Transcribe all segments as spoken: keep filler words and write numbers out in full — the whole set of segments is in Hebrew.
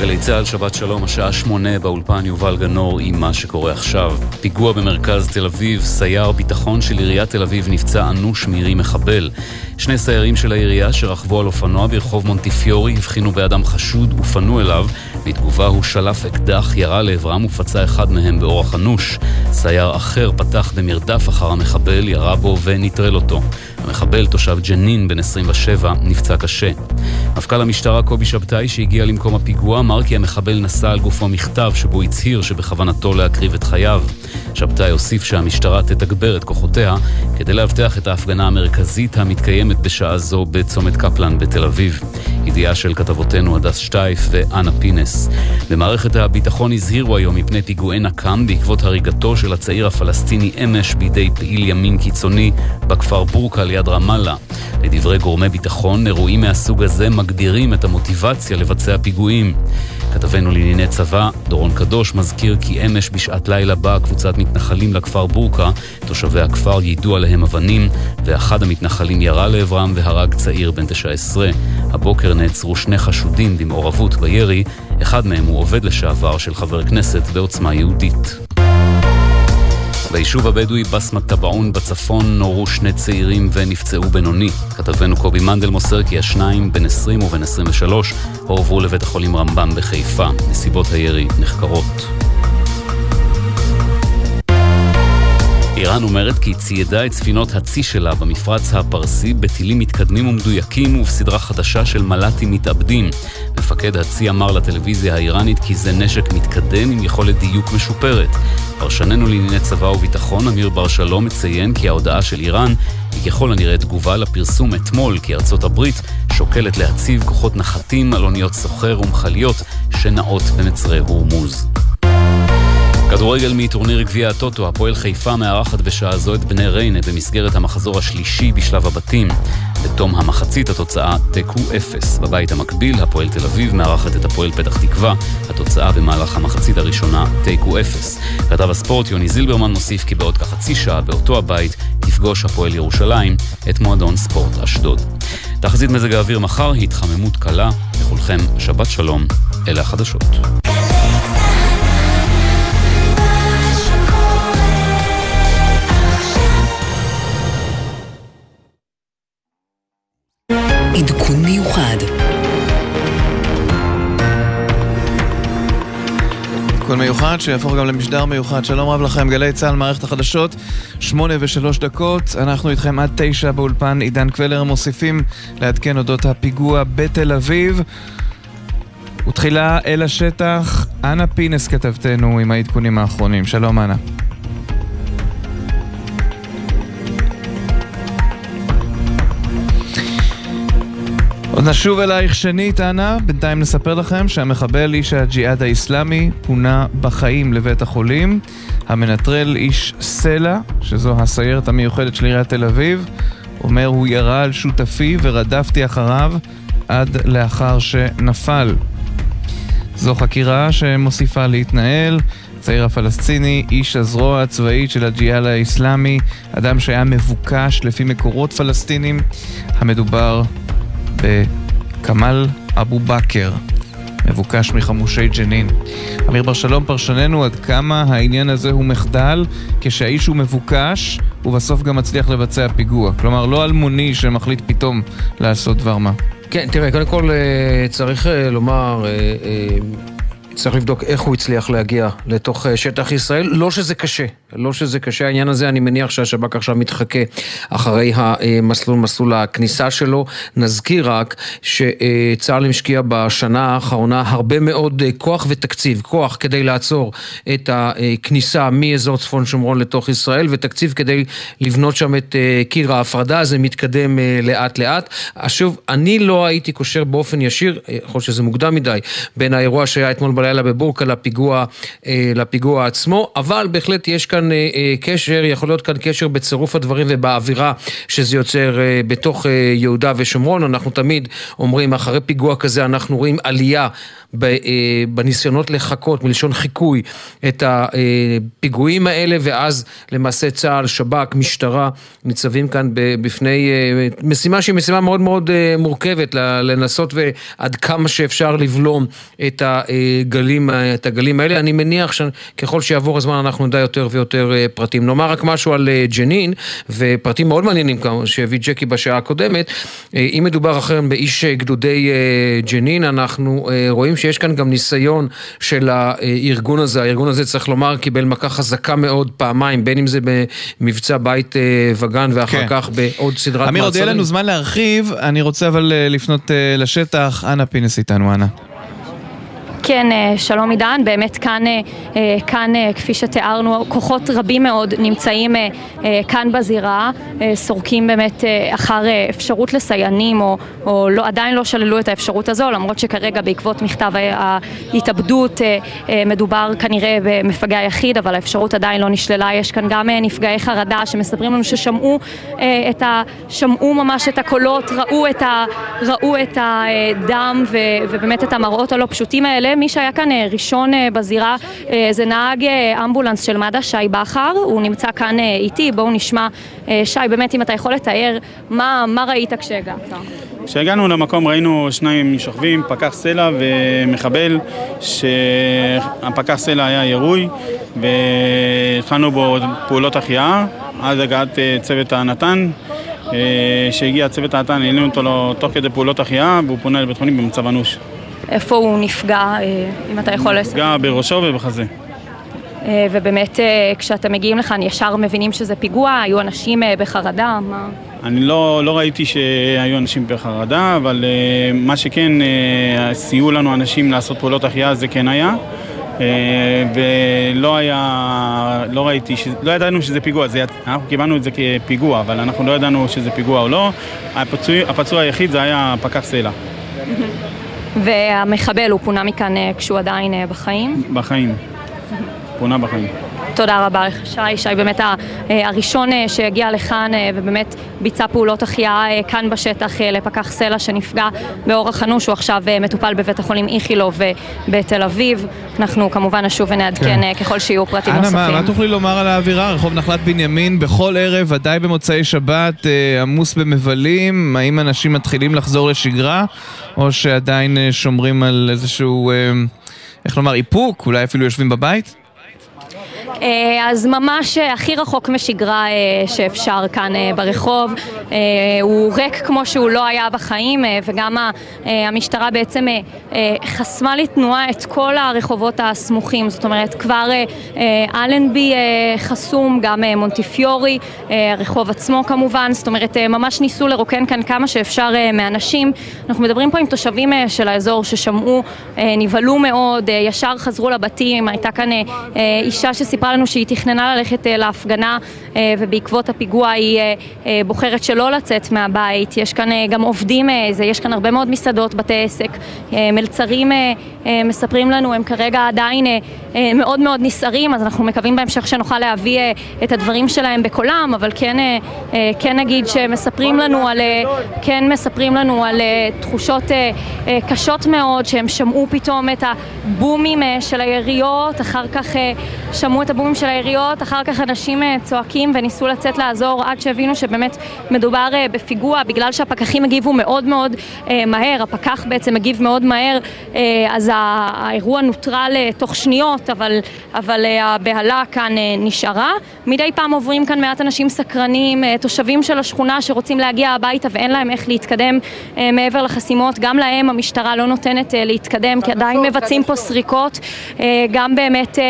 גלי צהל, שבת שלום, השעה שמונה, באולפן יובל גנור עם מה שקורה עכשיו. פיגוע במרכז תל אביב, סייר ביטחון של עיריית תל אביב נפצע אנוש מירי מחבל. שני סיירים של העירייה שרכבו על אופנוע ברחוב מונטיפיורי הבחינו באדם חשוד ופנו אליו. בתגובה הוא שלף אקדח, ירה לעברם ופצע אחד מהם באורח אנוש. סייר אחר פתח במרדף אחר המחבל, ירה בו ונטרל אותו. המחבל, תושב ג'נין בן עשרים ושבע, נפצע קשה. מפכ"ל המשטרה קובי שבתאי שהגיע למקום הפיגוע אמר כי המחבל נשא על גופו מכתב שבו הצהיר שבכוונתו להקריב את חייו. שבתאי הוסיף שהמשטרה תתגבר את כוחותיה כדי להבטיח את ההפגנה המרכזית המתקיימת בשעה זו בצומת קפלן בתל אביב. ידיעה של כתבותינו הדס שטייף ואנה פינס. במערכת הביטחון הזהירו היום מפני פיגועי נקם בעקבות הריגתו של הצעיר הפלסטיני אמש בידי פעיל ימין קיצוני בכפר בורקה ליד רמאללה. לדברי גורמי ביטחון, אירועים מהסוג הזה מגדירים את המוטיבציה לבצע פיגועים. כתבנו לענייני צבא, דורון קדוש, מזכיר כי אמש בשעת לילה באה קבוצת מתנחלים לכפר בורקה. תושבי הכפר יידו עליהם אבנים, ואחד המתנחלים ירה לעברם והרג צעיר בן תשע עשרה. הבוקר נעצרו שני חשודים במעורבות בירי, אחד מהם הוא עובד לשעבר של חבר כנסת בעוצמה יהודית. ביישוב הבדואי בסמת טבעון בצפון נורו שני צעירים ונפצעו בינוני. כתבנו קובי מנדל מוסר כי השניים בן עשרים ובן עשרים ושלוש הועברו לבית החולים רמב"ם בחיפה. נסיבות הירי נחקרות. איראן אומרת כי ציידה את ספינות הצי שלה במפרץ הפרסי בטילים מתקדמים ומדויקים ובסדרה חדשה של מל"טים מתאבדים. מפקד הצי אמר לטלוויזיה האיראנית כי זה נשק מתקדם עם יכולת דיוק משופרת. פרשננו לענייני צבא וביטחון אמיר בר שלום מציין כי ההודעה של איראן היא ככל הנראה תגובה לפרסום אתמול כי ארצות הברית שוקלת להציב כוחות נחתים על אוניות סוחר ומחליות שנעות במצרי הורמוז. כדורגל מטורניר גביע הטוטו, הפועל חיפה מארחת בשעה זו את בני ריינה במסגרת המחזור השלישי בשלב הבתים. בתום המחצית התוצאה תיקו אפס. בבית המקביל, הפועל תל אביב מארחת את הפועל פתח תקווה. התוצאה במהלך המחצית הראשונה תיקו אפס. כתב הספורט יוני זילברמן מוסיף כי בעוד כחצי שעה באותו הבית תפגוש הפועל ירושלים את מועדון ספורט אשדוד. תחזית מזג האוויר מחר, התחממות קלה. לכולכם שבת שלום, אלה החדשות. עדכון מיוחד. עדכון מיוחד שיהפוך גם למשדר מיוחד. שלום רב לכם, גלי צהל, מערכת החדשות, שמונה ושלוש דקות. אנחנו איתכם עד תשע באולפן. עידן קבלר מוסיפים לעדכן אודות הפיגוע בתל אביב. ותחילה אל השטח, אנה פינס כתבתנו עם העדכונים האחרונים. שלום אנה. עוד נשוב אלייך שנית, אנה. בינתיים נספר לכם שהמחבל איש הג'יהאד האסלאמי פונה בחיים לבית החולים. המנטרל איש סלע, שזו הסיירת המיוחדת של עיריית תל אביב, אומר הוא ירה על שותפי ורדפתי אחריו עד לאחר שנפל. זו חקירה שמוסיפה להתנהל. צעיר הפלסטיני, איש הזרוע הצבאית של הג'יהאד האסלאמי, אדם שהיה מבוקש לפי מקורות פלסטינים. המדובר בקמל אבו בכר, מבוקש מחמושי ג'נין. אמיר בר שלום פרשננו, עד כמה העניין הזה הוא מחדל כשהאיש הוא מבוקש ובסוף גם מצליח לבצע פיגוע, כלומר לא אלמוני שמחליט פתאום לעשות דבר מה. כן, תראה, קודם כל צריך לומר, צריך לבדוק איך הוא הצליח להגיע לתוך שטח ישראל. לא שזה קשה, לא שזה קשה. העניין הזה, אני מניח שהשב"כ עכשיו מתחכה אחרי המסלול, מסלול הכניסה שלו. נזכיר רק שצה"ל משקיע בשנה האחרונה הרבה מאוד כוח ותקציב, כוח כדי לעצור את הכניסה מאזור צפון שומרון לתוך ישראל, ותקציב כדי לבנות שם את קיר ההפרדה. זה מתקדם לאט לאט. שוב, אני לא הייתי קושר באופן ישיר, יכול שזה מוקדם מדי, בין האירוע שהיה אתמול בלילה בבורקה לפיגוע, לפיגוע עצמו, אבל בהחלט יש כאן קשר, יכול להיות כאן קשר בצירוף הדברים ובאווירה שזה יוצר בתוך יהודה ושומרון. אנחנו תמיד אומרים, אחרי פיגוע כזה אנחנו רואים עלייה בניסיונות לחכות, מלשון חיקוי, את הפיגועים האלה, ואז למעשה צה"ל, שב"כ, משטרה, ניצבים כאן בפני משימה שהיא משימה מאוד מאוד מורכבת, לנסות ועד כמה שאפשר לבלום את הגלים, את הגלים האלה. אני מניח שככל שיעבור הזמן אנחנו נדע יותר ויותר פרטים. נאמר רק משהו על ג'נין, ופרטים מאוד מעניינים שהביא ג'קי בשעה הקודמת. אם מדובר אחר באיש גדודי ג'נין, אנחנו רואים שיש כאן גם ניסיון של הארגון הזה. הארגון הזה, צריך לומר, קיבל מכה חזקה מאוד פעמיים, בין אם זה במבצע בית וגן, ואחר כן. כך בעוד סדרת מעצרים. אמיר, עוד יהיה לנו זמן להרחיב, אני רוצה אבל לפנות לשטח. אנה פינס איתנו, אנה. כן, שלום עידן, באמת כאן, כאן כפי שתיארנו, כוחות רבים מאוד נמצאים כאן בזירה, סורקים באמת אחר אפשרות לסיינים, או, או לא, עדיין לא שללו את האפשרות הזו, למרות שכרגע בעקבות מכתב ההתאבדות מדובר כנראה במפגע יחיד, אבל האפשרות עדיין לא נשללה. יש כאן גם נפגעי חרדה שמספרים לנו ששמעו את ה, שמעו ממש את הקולות, ראו את, ה, ראו את הדם ו, ובאמת את המראות הלא פשוטים האלה. מי שהיה כאן ראשון בזירה זה נהג אמבולנס של מד"א, שי בחר, הוא נמצא כאן איתי. בואו נשמע, שי, באמת אם אתה יכול לתאר מה, מה ראית כשהגעת? כשהגענו למקום ראינו שניים שוכבים, פקח סלע ומחבל, שהפקח סלע היה ירוי, והתחלנו בו פעולות החייאה עד הגעת צוות הנתן. שהגיע צוות הנתן, העלינו אותו תוך כדי פעולות החייאה, והוא פונה לבית חולים במצב אנוש. איפה הוא נפגע, אם אתה יכול לספר? נפגע בראשו ובחזה. ובאמת כשאתם מגיעים לכאן ישר מבינים שזה פיגוע, היו אנשים בחרדה? מה? אני לא, לא ראיתי שהיו אנשים בחרדה, אבל מה שכן סייעו לנו אנשים לעשות פעולות החייאה, זה כן היה. ולא היה, לא ראיתי, לא ידענו שזה פיגוע, זה, אנחנו קיבלנו את זה כפיגוע, אבל אנחנו לא ידענו שזה פיגוע או לא. הפצוע, הפצוע היחיד זה היה פקח סלע. והמחבל הוא פונה מכאן כשהוא עדיין בחיים? בחיים, פונה בחיים. תודה רבה לך, שי. שי באמת הראשון שהגיע לכאן ובאמת ביצע פעולות החייאה כאן בשטח לפקח סלע שנפגע באורח אנוש. הוא עכשיו מטופל בבית החולים איכילוב בתל אביב. אנחנו כמובן נשוב ונעדכן כן. ככל שיהיו פרטים אנה, נוספים. מה, מה תוכלי לומר על האווירה? רחוב נחלת בנימין בכל ערב, ודאי במוצאי שבת, עמוס במבלים. האם אנשים מתחילים לחזור לשגרה, או שעדיין שומרים על איזשהו, איך לומר, איפוק? אולי אפילו יושבים בבית? אז ממש הכי רחוק משגרה שאפשר כאן ברחוב, הוא ריק כמו שהוא לא היה בחיים, וגם המשטרה בעצם חסמה לתנועה את כל הרחובות הסמוכים. זאת אומרת, כבר אלנבי חסום, גם מונטיפיורי, הרחוב עצמו כמובן. זאת אומרת, ממש ניסו לרוקן כאן כמה שאפשר מאנשים. אנחנו מדברים פה עם תושבים של האזור ששמעו, נבהלו מאוד, ישר חזרו לבתים. הייתה כאן אישה שסיפרה לנו שהיא תכננה ללכת להפגנה, ובעקבות הפיגוע היא בוחרת שלא לצאת מהבית. יש כאן גם עובדים, יש כאן הרבה מאוד מסעדות, בתי עסק, מלצרים מספרים לנו, הם כרגע עדיין מאוד מאוד נסערים, אז אנחנו מקווים בהמשך שנוכל להביא את הדברים שלהם בקולם, אבל כן, כן נגיד שמספרים לנו על, כן מספרים לנו על תחושות קשות מאוד, שהם שמעו פתאום את הבומים של היריות, אחר כך שמעו את הבומים של היריות, אחר כך אנשים צועקים וניסו לצאת לעזור עד שהבינו שבאמת מדובר בפיגוע, בגלל שהפקחים הגיבו מאוד מאוד מהר, הפקח בעצם הגיב מאוד מהר, אז האירוע נוטרל תוך שניות, אבל, אבל הבהלה כאן נשארה. מדי פעם עוברים כאן מעט אנשים סקרנים, תושבים של השכונה שרוצים להגיע הביתה ואין להם איך להתקדם מעבר לחסימות, גם להם המשטרה לא נותנת להתקדם, כי עדיין מבצעים פה סריקות, גם באמת,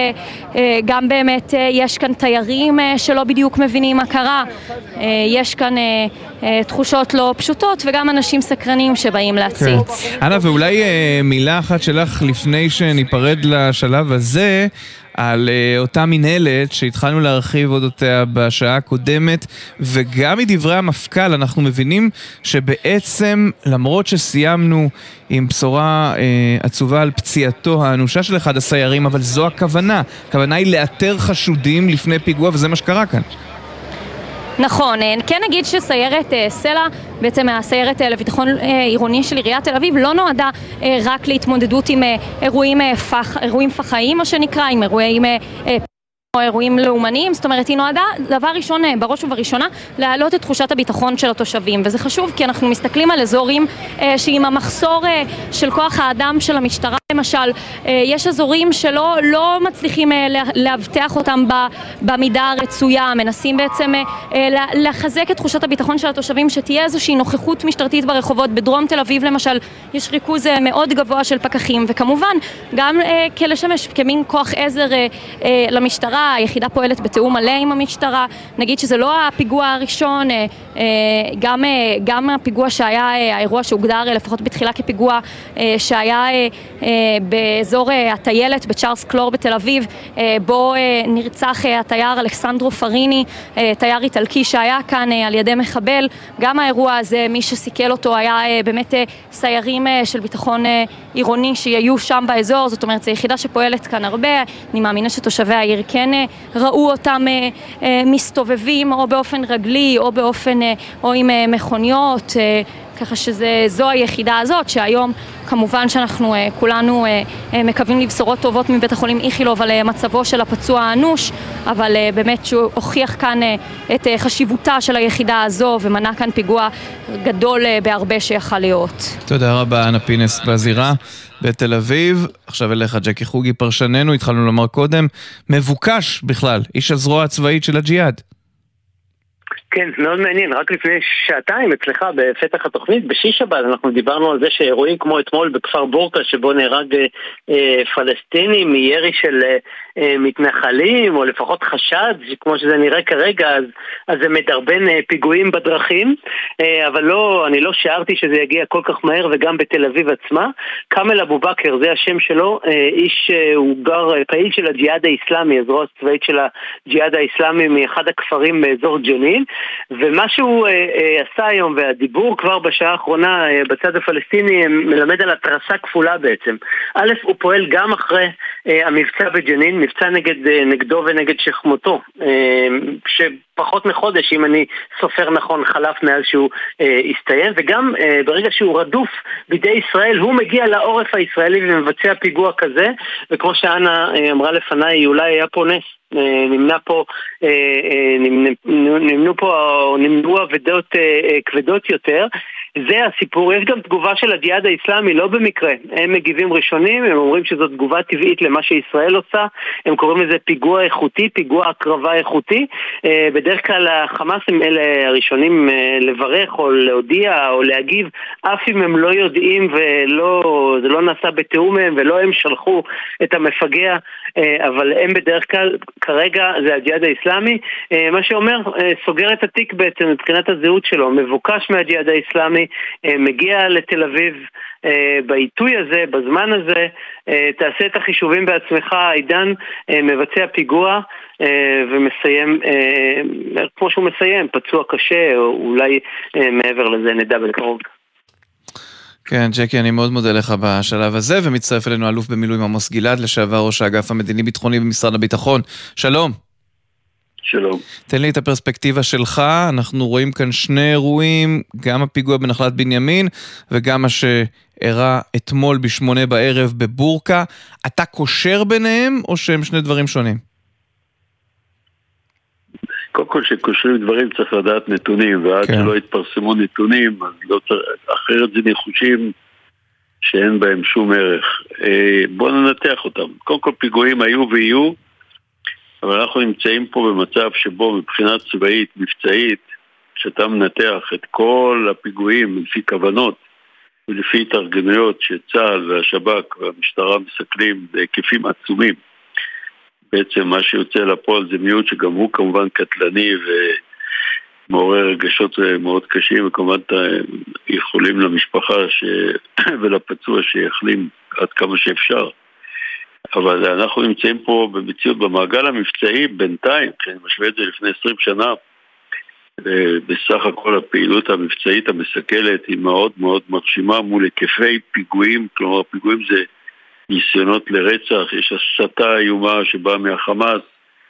גם באמת יש כאן תיירים שלא בדיוק מבינים מה קרה, יש כאן תחושות לא פשוטות וגם אנשים סקרנים שבאים להציץ. כן. אנה, ואולי מילה אחת שלך לפני שניפרד לשלב הזה, על uh, אותה מנהלת שהתחלנו להרחיב אודותיה בשעה הקודמת, וגם מדברי המפכ"ל אנחנו מבינים שבעצם למרות שסיימנו עם בשורה uh, עצובה על פציעתו האנושה של אחד הסיירים, אבל זו הכוונה, הכוונה היא לאתר חשודים לפני פיגוע, וזה מה שקרה כאן. נכון, כן נגיד שסיירת סלע, בעצם הסיירת לביטחון עירוני של עיריית תל אביב, לא נועדה רק להתמודדות עם אירועים, פח, אירועים פחיים, מה שנקרא, עם אירועים או אירועים לאומניים, זאת אומרת, היא נועדה דבר ראשון, בראש ובראשונה, להעלות את תחושת הביטחון של התושבים, וזה חשוב כי אנחנו מסתכלים על אזורים אה, שעם המחסור אה, של כוח האדם של המשטרה, למשל, אה, יש אזורים שלא לא מצליחים אה, להבטח אותם ב, במידה הרצויה, מנסים בעצם אה, לחזק את תחושת הביטחון של התושבים, שתהיה איזושהי נוכחות משטרתית ברחובות. בדרום תל אביב למשל, יש ריכוז אה, מאוד גבוה של פקחים, וכמובן, גם אה, כלשמש כמין כוח עזר אה, אה, למשטרה, היחידה פועלת בתיאום מלא עם המשטרה. נגיד שזה לא הפיגוע הראשון, גם, גם הפיגוע שהיה, האירוע שהוגדר לפחות בתחילה כפיגוע שהיה באזור הטיילת בצ'ארלס קלור בתל אביב, בו נרצח התייר אלכסנדרו פריני, תייר איטלקי שהיה כאן על ידי מחבל. גם האירוע הזה, מי שסיכל אותו היה באמת סיירים של ביטחון עירוני שיהיו שם באזור, זאת אומרת, זו יחידה שפועלת כאן הרבה. אני מאמינה שתושבי העיר כן ראו אותם מסתובבים או באופן רגלי או באופן או עם מכוניות, ככה שזו היחידה הזאת שהיום כמובן שאנחנו כולנו מקווים לבשורות טובות מבית החולים איכילוב על מצבו של הפצוע האנוש, אבל באמת שהוא הוכיח כאן את חשיבותה של היחידה הזו ומנע כאן פיגוע גדול בהרבה שיכל להיות. תודה רבה, אנה פינס בזירה בתל אביב. עכשיו אליך ג'קי חוגי פרשננו, התחלנו לומר קודם, מבוקש בכלל, איש הזרוע הצבאית של הג'יהאד. כן, מאוד מעניין. רק לפני שעתיים אצלך בפתח התוכנית, בשישבת, אנחנו דיברנו על זה שאירועים כמו אתמול בכפר בורקה, שבו נהרג אה, פלסטיני מירי של אה, מתנחלים, או לפחות חשד, כמו שזה נראה כרגע, אז, אז זה מדרבן אה, פיגועים בדרכים, אה, אבל לא, אני לא שערתי שזה יגיע כל כך מהר, וגם בתל אביב עצמה. כמאל אבו בכר, זה השם שלו, אה, איש אה, הוא גר אה, פעיל של הג'יהאד האסלאמי, הזרוע הצבאית של הג'יהאד האסלאמי מאחד הכפרים באזור ג'נין, ומה שהוא אה, אה, עשה היום, והדיבור כבר בשעה האחרונה אה, בצד הפלסטיני, מלמד על התרסה כפולה בעצם. א', הוא פועל גם אחרי אה, המבצע בג'נין, מבצע נגד, אה, נגדו ונגד שכמותו, אה, שפחות מחודש, אם אני סופר נכון, חלף מאז שהוא אה, הסתיים, וגם אה, ברגע שהוא רדוף בידי ישראל, הוא מגיע לעורף הישראלי ומבצע פיגוע כזה, וכמו שאנה אה, אמרה לפניי, אולי היה פה נס. נמנע פה, נמנו פה, או נמנו עבדות כבדות יותר. זה הסיפור. יש גם תגובה של הג'יהאד האסלאמי, לא במקרה. הם מגיבים ראשונים, הם אומרים שזאת תגובה טבעית למה שישראל עושה. הם קוראים לזה פיגוע איכותי, פיגוע הקרבה איכותי. בדרך כלל החמאס הם אלה הראשונים לברך או להודיע או להגיב, אף אם הם לא יודעים ולא, זה לא נעשה בתיאום מהם ולא הם שלחו את המפגע, אבל הם בדרך כלל, כרגע זה הג'יהאד האסלאמי, מה שאומר, סוגר את התיק בעצם מבחינת הזהות שלו, מבוקש מהג'יהאד האסלאמי, מגיע לתל אביב בעיתוי הזה, בזמן הזה, תעשה את החישובים בעצמך, עידן מבצע פיגוע ומסיים, כמו שהוא מסיים, פצוע קשה, או אולי מעבר לזה נדע בקרוב. כן, ג'קי, אני מאוד מודה לך בשלב הזה, ומצטרף אלינו אלוף במילואים עמוס גלעד, לשעבר ראש האגף המדיני-ביטחוני במשרד הביטחון. שלום. שלום. תן לי את הפרספקטיבה שלך, אנחנו רואים כאן שני אירועים, גם הפיגוע בנחלת בנימין, וגם מה שאירע אתמול בשמונה בערב בבורקה. אתה קושר ביניהם, או שהם שני דברים שונים? קודם כל שקושרים דברים צריך לדעת נתונים, ועד כן. שלא יתפרסמו נתונים, אז לא צריך, אחרת זה ניחושים שאין בהם שום ערך. בואו ננתח אותם. קודם כל פיגועים היו ויהיו, אבל אנחנו נמצאים פה במצב שבו מבחינת צבאית, מבצעית, שאתה מנתח את כל הפיגועים לפי כוונות ולפי התארגנויות שצה"ל והשב"כ והמשטרה מסכלים בהיקפים עצומים, בעצם מה שיוצא לפועל זה מיעוט שגם הוא כמובן קטלני ומעורר רגשות מאוד קשים, וכמובן יכולים למשפחה ש... ולפצוע שיחלים עד כמה שאפשר. אבל אנחנו נמצאים פה במציאות במעגל המבצעי בינתיים, כשאני משווה את זה לפני עשרים שנה, בסך הכל הפעילות המבצעית המסכלת היא מאוד מאוד מרשימה מול היקפי פיגועים, כלומר פיגועים זה ניסיונות לרצח, יש הסתה איומה שבאה מהחמאס,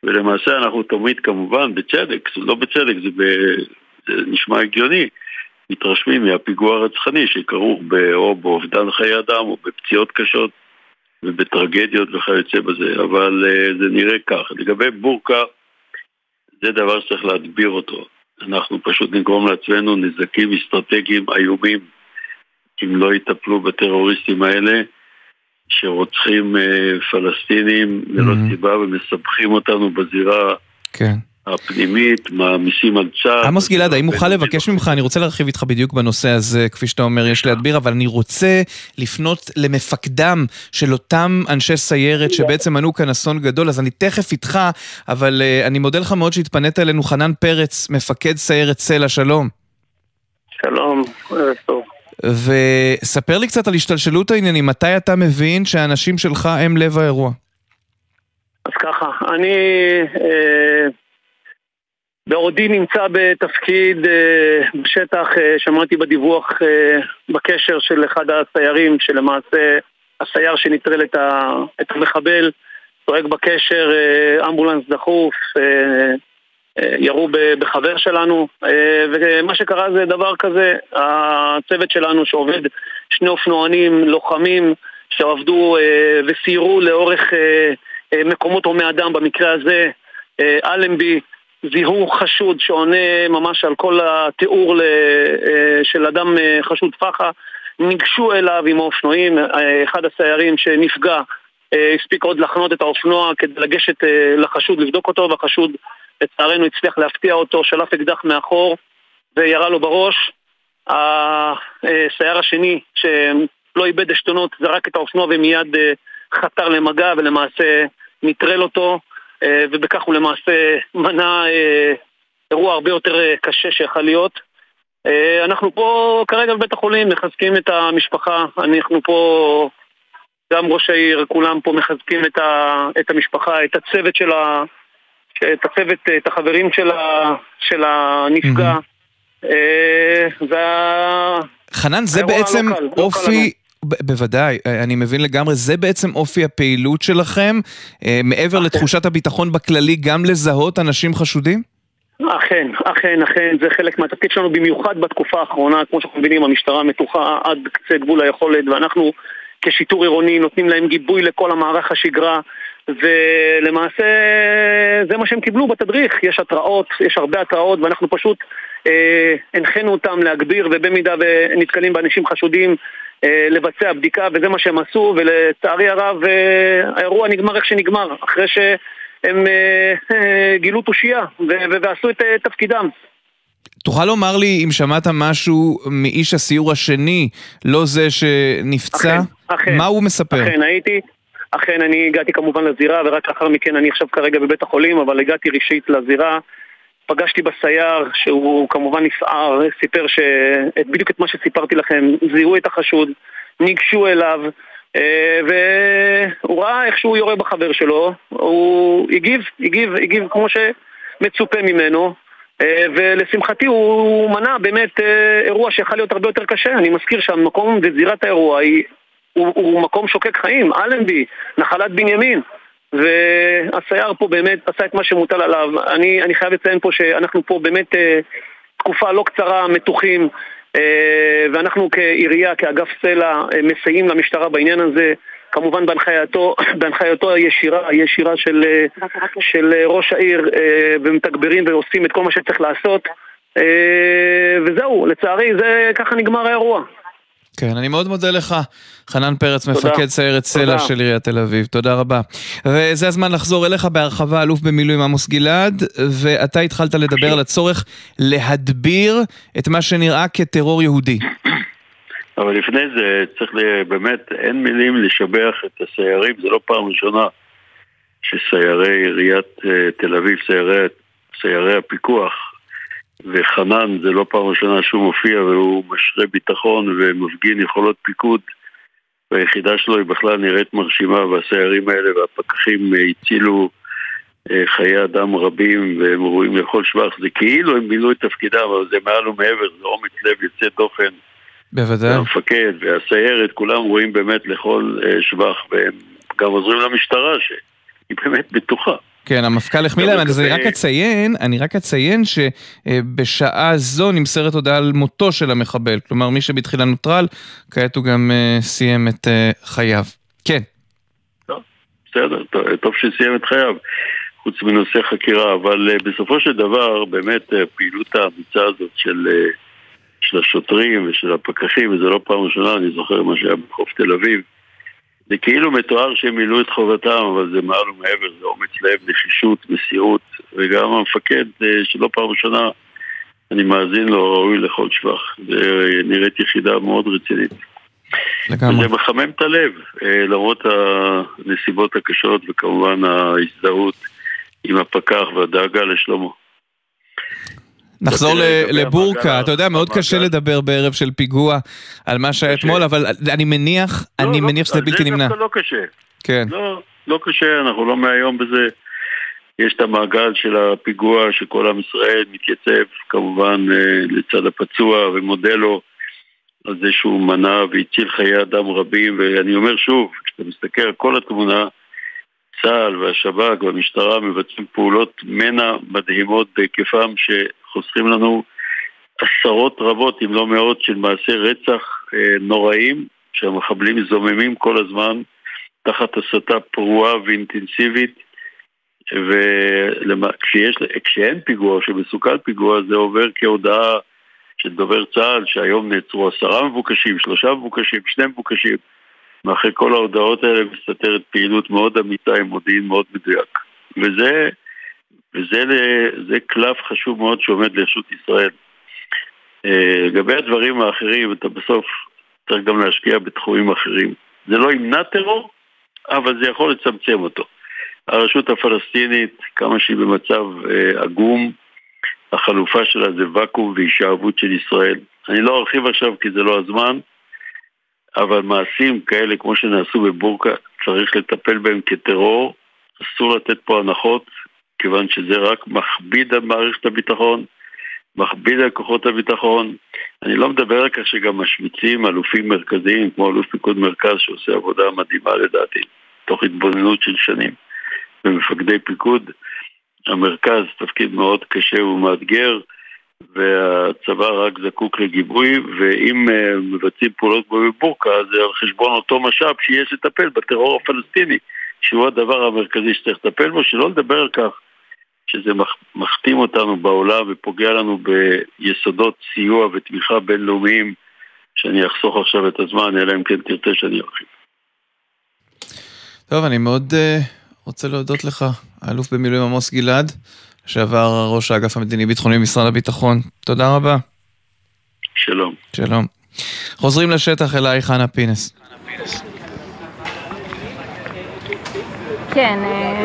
ולמעשה אנחנו תמיד כמובן בצדק, זה לא בצדק, זה, ב, זה נשמע הגיוני, מתרשמים מהפיגוע הרצחני שכרוך או באובדן חיי אדם או בפציעות קשות ובטרגדיות וכיוצא בזה, אבל זה נראה כך. לגבי בורקה, זה דבר שצריך להדביר אותו. אנחנו פשוט נגרום לעצמנו נזקים אסטרטגיים איומים אם לא יטפלו בטרוריסטים האלה שרוצחים פלסטינים ללא סיבה ומסבכים אותנו בזירה כן. הפנימית, מעמיסים על צה"ל. עמוס גלעד, האם אוכל לבקש ממך, אני רוצה להרחיב איתך בדיוק בנושא הזה, כפי שאתה אומר, יש להדביר, אבל אני רוצה לפנות למפקדם של אותם אנשי סיירת שבעצם מנעו כאן אסון גדול, אז אני תכף איתך, אבל uh, אני מודה לך מאוד שהתפנית אלינו, חנן פרץ, מפקד סיירת סלע, שלום. שלום, ערב טוב. וספר לי קצת על השתלשלות העניינים, מתי אתה מבין שהאנשים שלך הם לב האירוע? אז ככה, אני... אה... בעודי נמצא בתפקיד אה, בשטח, אה, שמעתי בדיווח אה, בקשר של אחד הסיירים, שלמעשה הסייר שנטרל את, ה, את המחבל, צועק בקשר, אה, אמבולנס דחוף, אה, אה, ירו בחבר שלנו, אה, ומה שקרה זה דבר כזה, הצוות שלנו שעובד, שני אופנוענים, לוחמים, שעבדו אה, וסיירו לאורך אה, אה, מקומות הומי אדם, במקרה הזה, אה, אלנבי, זיהו חשוד שעונה ממש על כל התיאור של אדם חשוד פחה, ניגשו אליו עם האופנועים, אחד הסיירים שנפגע הספיק עוד לחנות את האופנוע כדי לגשת לחשוד, לבדוק אותו, והחשוד לצערנו הצליח להפתיע אותו, שלף אקדח מאחור וירה לו בראש. הסייר השני שלא איבד עשתונות זרק את האופנוע ומיד חתר למגע ולמעשה נטרל אותו, ובכך הוא למעשה מנע אירוע הרבה יותר קשה שיכול להיות. אנחנו פה כרגע בבית החולים מחזקים את המשפחה, אנחנו פה, גם ראש העיר, כולם פה מחזקים את, ה, את המשפחה, את הצוות של ה, את הצוות, את החברים של, ה, של הנפגע. וה... חנן, זה בעצם לא קל, אופי... לא ב- בוודאי, אני מבין לגמרי, זה בעצם אופי הפעילות שלכם, מעבר אכן. לתחושת הביטחון בכללי, גם לזהות אנשים חשודים? אכן, אכן, אכן, זה חלק מהתפקיד שלנו, במיוחד בתקופה האחרונה, כמו שאנחנו מבינים, המשטרה מתוחה עד קצה גבול היכולת, ואנחנו כשיטור עירוני נותנים להם גיבוי לכל המערך השגרה, ולמעשה זה מה שהם קיבלו בתדריך, יש התראות, יש הרבה התראות, ואנחנו פשוט אה, הנחנו אותם להגביר, ובמידה ונתקלים באנשים חשודים, לבצע בדיקה, וזה מה שהם עשו, ולצערי הרב האירוע נגמר איך שנגמר, אחרי שהם גילו תושייה ועשו את תפקידם. תוכל לומר לי אם שמעת משהו מאיש הסיור השני, לא זה שנפצע? אכן, אכן, מה הוא מספר? אכן, הייתי, אכן אני הגעתי כמובן לזירה, ורק לאחר מכן אני עכשיו כרגע בבית החולים, אבל הגעתי ראשית לזירה, פגשתי בסייר שהוא כמובן נסער, סיפר שבדיוק את מה שסיפרתי לכם, זיהו את החשוד, ניגשו אליו, והוא ראה איך שהוא יורה בחבר שלו, הוא הגיב, הגיב, הגיב כמו שמצופה ממנו, ולשמחתי הוא מנע באמת אירוע שיכול להיות הרבה יותר קשה. אני מזכיר שהמקום וזירת האירוע היא, הוא, הוא מקום שוקק חיים, אלנבי, נחלת בנימין, והסייר פה באמת עשה את מה שמוטל עליו. אני, אני חייב לציין פה שאנחנו פה באמת אה, תקופה לא קצרה מתוחים, אה, ואנחנו כעירייה, כאגף סלע, אה, מסייעים למשטרה בעניין הזה, כמובן בהנחייתו, בהנחייתו הישירה, הישירה של, אה, של ראש העיר, אה, ומתגברים ועושים את כל מה שצריך לעשות, אה, וזהו, לצערי זה ככה נגמר האירוע. כן, אני מאוד מודה לך, חנן פרץ, מפקד סיירת סלע של עיריית תל אביב. תודה רבה. וזה הזמן לחזור אליך בהרחבה, אלוף במילואים עמוס גלעד, ואתה התחלת לדבר על הצורך להדביר את מה שנראה כטרור יהודי. אבל לפני זה צריך באמת, אין מילים לשבח את הסיירים, זה לא פעם ראשונה שסיירי עיריית תל אביב, סיירי, סיירי הפיקוח, וחנן זה לא פעם ראשונה שהוא מופיע והוא משרה ביטחון ומפגין יכולות פיקוד, והיחידה שלו היא בכלל נראית מרשימה, והסיירים האלה והפקחים הצילו חיי אדם רבים והם רואים לכל שבח. זה כאילו הם מילאו את תפקידם, אבל זה מעל ומעבר, זה אומץ לב יוצא דופן. בוודאי. והמפקד והסיירת, כולם רואים באמת לכל שבח, והם גם עוזרים למשטרה שהיא באמת בטוחה. כן, המפכ"ל החמיא להם, אז אני רק אציין, אני רק אציין שבשעה זו נמסרת הודעה על מותו של המחבל, כלומר מי שבתחילה נוטרל, כעת הוא גם סיים את חייו. כן. בסדר, טוב שסיים את חייו, חוץ מנושא חקירה, אבל בסופו של דבר, באמת פעילות האמיצה הזאת של, של השוטרים ושל הפקחים, וזה לא פעם ראשונה, אני זוכר מה שהיה בחוף תל אביב, זה כאילו מתואר שהם מילאו את חובתם, אבל זה מעל ומעבר, זה אומץ לב, נחישות, מסירות, וגם המפקד שלא פעם ראשונה, אני מאזין לו, ראוי לכל שבח. זה נראית יחידה מאוד רצינית. לגמרי. וזה מחמם את הלב, למרות הנסיבות הקשות, וכמובן ההזדהות עם הפקח והדאגה לשלמה. נחזור לבורקה, אתה יודע, מאוד קשה לדבר בערב של פיגוע על מה שהיה אתמול, אבל אני מניח, אני מניח שזה בלתי נמנע. זה לא קשה. כן. לא, לא קשה, אנחנו לא מהיום בזה. יש את המעגל של הפיגוע שכל עם ישראל מתייצב, כמובן לצד הפצוע ומודה לו על זה שהוא מנע והציל חיי אדם רבים, ואני אומר שוב, כשאתה מסתכל על כל התמונה, צה"ל והשב"כ והמשטרה מבצעים פעולות מנע מדהימות בהיקפם שחוסכים לנו עשרות רבות, אם לא מאות, של מעשי רצח אה, נוראים, שהמחבלים זוממים כל הזמן תחת הסתה פרועה ואינטנסיבית, וכשאין פיגוע, כשמסוכן פיגוע, זה עובר כהודעה של דובר צה"ל, שהיום נעצרו עשרה מבוקשים, שלושה מבוקשים, שני מבוקשים, מאחרי כל ההודעות האלה מסתתרת פעילות מאוד אמיתה עם מודיעין מאוד מדויק. וזה, וזה זה קלף חשוב מאוד שעומד לרשות ישראל. לגבי הדברים האחרים, אתה בסוף צריך גם להשקיע בתחומים אחרים. זה לא ימנע טרור, אבל זה יכול לצמצם אותו. הרשות הפלסטינית, כמה שהיא במצב עגום, החלופה שלה זה וקום והישאבות של ישראל. אני לא ארחיב עכשיו כי זה לא הזמן, אבל מעשים כאלה כמו שנעשו בבורקה צריך לטפל בהם כטרור, אסור לתת פה הנחות, כיוון שזה רק מכביד על מערכת הביטחון, מכביד על כוחות הביטחון. אני לא מדבר רק שגם משמיצים אלופים מרכזיים, כמו אלוף פיקוד מרכז שעושה עבודה מדהימה לדעתי, תוך התבוננות של שנים, ומפקדי פיקוד. המרכז תפקיד מאוד קשה ומאתגר, והצבא רק זקוק לגיבוי, ואם uh, מבצעים פעולות בבורקה, זה על חשבון אותו משאב שיש לטפל בטרור הפלסטיני, שהוא הדבר המרכזי שצריך לטפל בו, שלא לדבר על כך שזה מחתים אותנו בעולם ופוגע לנו ביסודות סיוע ותמיכה בינלאומיים, שאני אחסוך עכשיו את הזמן, אלא אם כן תרצה שאני ארחיב. טוב, אני מאוד uh, רוצה להודות לך, האלוף במילואים עמוס גלעד, שעבר ראש האגף המדיני ביטחוני במשרד הביטחון. תודה רבה. שלום. שלום. חוזרים לשטח אליי, חנה פינס. כן.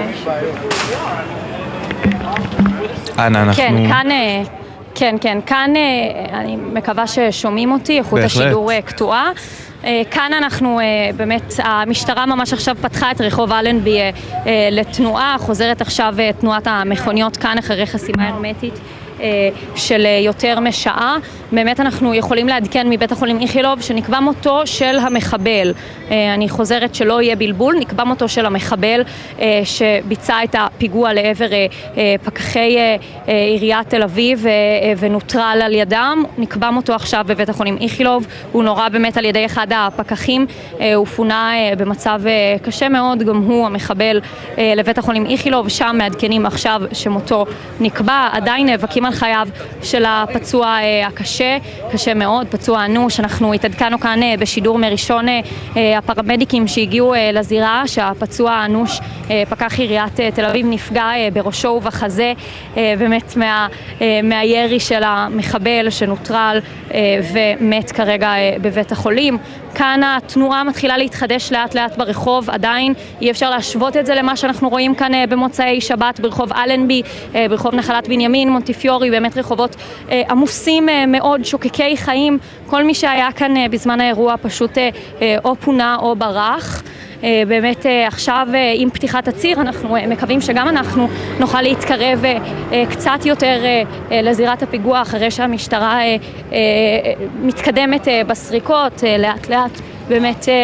אנה, אנחנו... כן, כאן... כן, כן, כאן אני מקווה ששומעים אותי, איכות השידור קטועה. כאן אנחנו באמת, המשטרה ממש עכשיו פתחה את רחוב אלנבי לתנועה, חוזרת עכשיו תנועת המכוניות כאן אחרי חסימה הרמטית של יותר משעה. באמת אנחנו יכולים לעדכן מבית החולים איכילוב שנקבע מותו של המחבל. אני חוזרת שלא יהיה בלבול, נקבע מותו של המחבל שביצע את הפיגוע לעבר פקחי עיריית תל אביב ונוטרל על ידם. נקבע מותו עכשיו בבית החולים איכילוב, הוא נורא באמת על ידי אחד הפקחים, הוא פונה במצב קשה מאוד, גם הוא המחבל לבית החולים איכילוב, שם מעדכנים עכשיו שמותו נקבע. עדיין נאבקים על חייו של הפצוע הקשה, קשה מאוד, פצוע אנוש. אנחנו התעדכנו כאן בשידור מראשון הפרמדיקים שהגיעו לזירה, שהפצוע האנוש, פקח עיריית תל אביב, נפגע בראשו ובחזה באמת מה, מהירי של המחבל שנוטרל ומת כרגע בבית החולים. כאן התנועה מתחילה להתחדש לאט לאט ברחוב, עדיין אי אפשר להשוות את זה למה שאנחנו רואים כאן במוצאי שבת ברחוב אלנבי, ברחוב נחלת בנימין, מונטיפיורי, באמת רחובות עמוסים מאוד, שוקקי חיים. כל מי שהיה כאן בזמן האירוע פשוט או פונה או ברח. באמת עכשיו עם פתיחת הציר אנחנו מקווים שגם אנחנו נוכל להתקרב קצת יותר לזירת הפיגוע אחרי שהמשטרה מתקדמת בסריקות לאט לאט באמת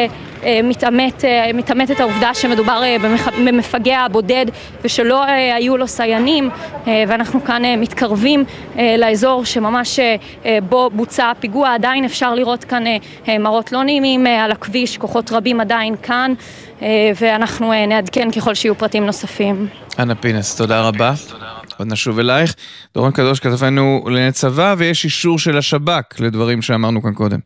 מתאמת, מתאמת את העובדה שמדובר במפגע בודד ושלא היו לו סיינים, ואנחנו כאן מתקרבים לאזור שממש בו בוצע הפיגוע. עדיין אפשר לראות כאן מראות לא נעימים על הכביש, כוחות רבים עדיין כאן, ואנחנו נעדכן ככל שיהיו פרטים נוספים. אנה פינס, תודה רבה. עוד נשוב אלייך. דורון קדוש, כתבנו לענייני צבא, ויש אישור של השב"כ לדברים שאמרנו כאן קודם.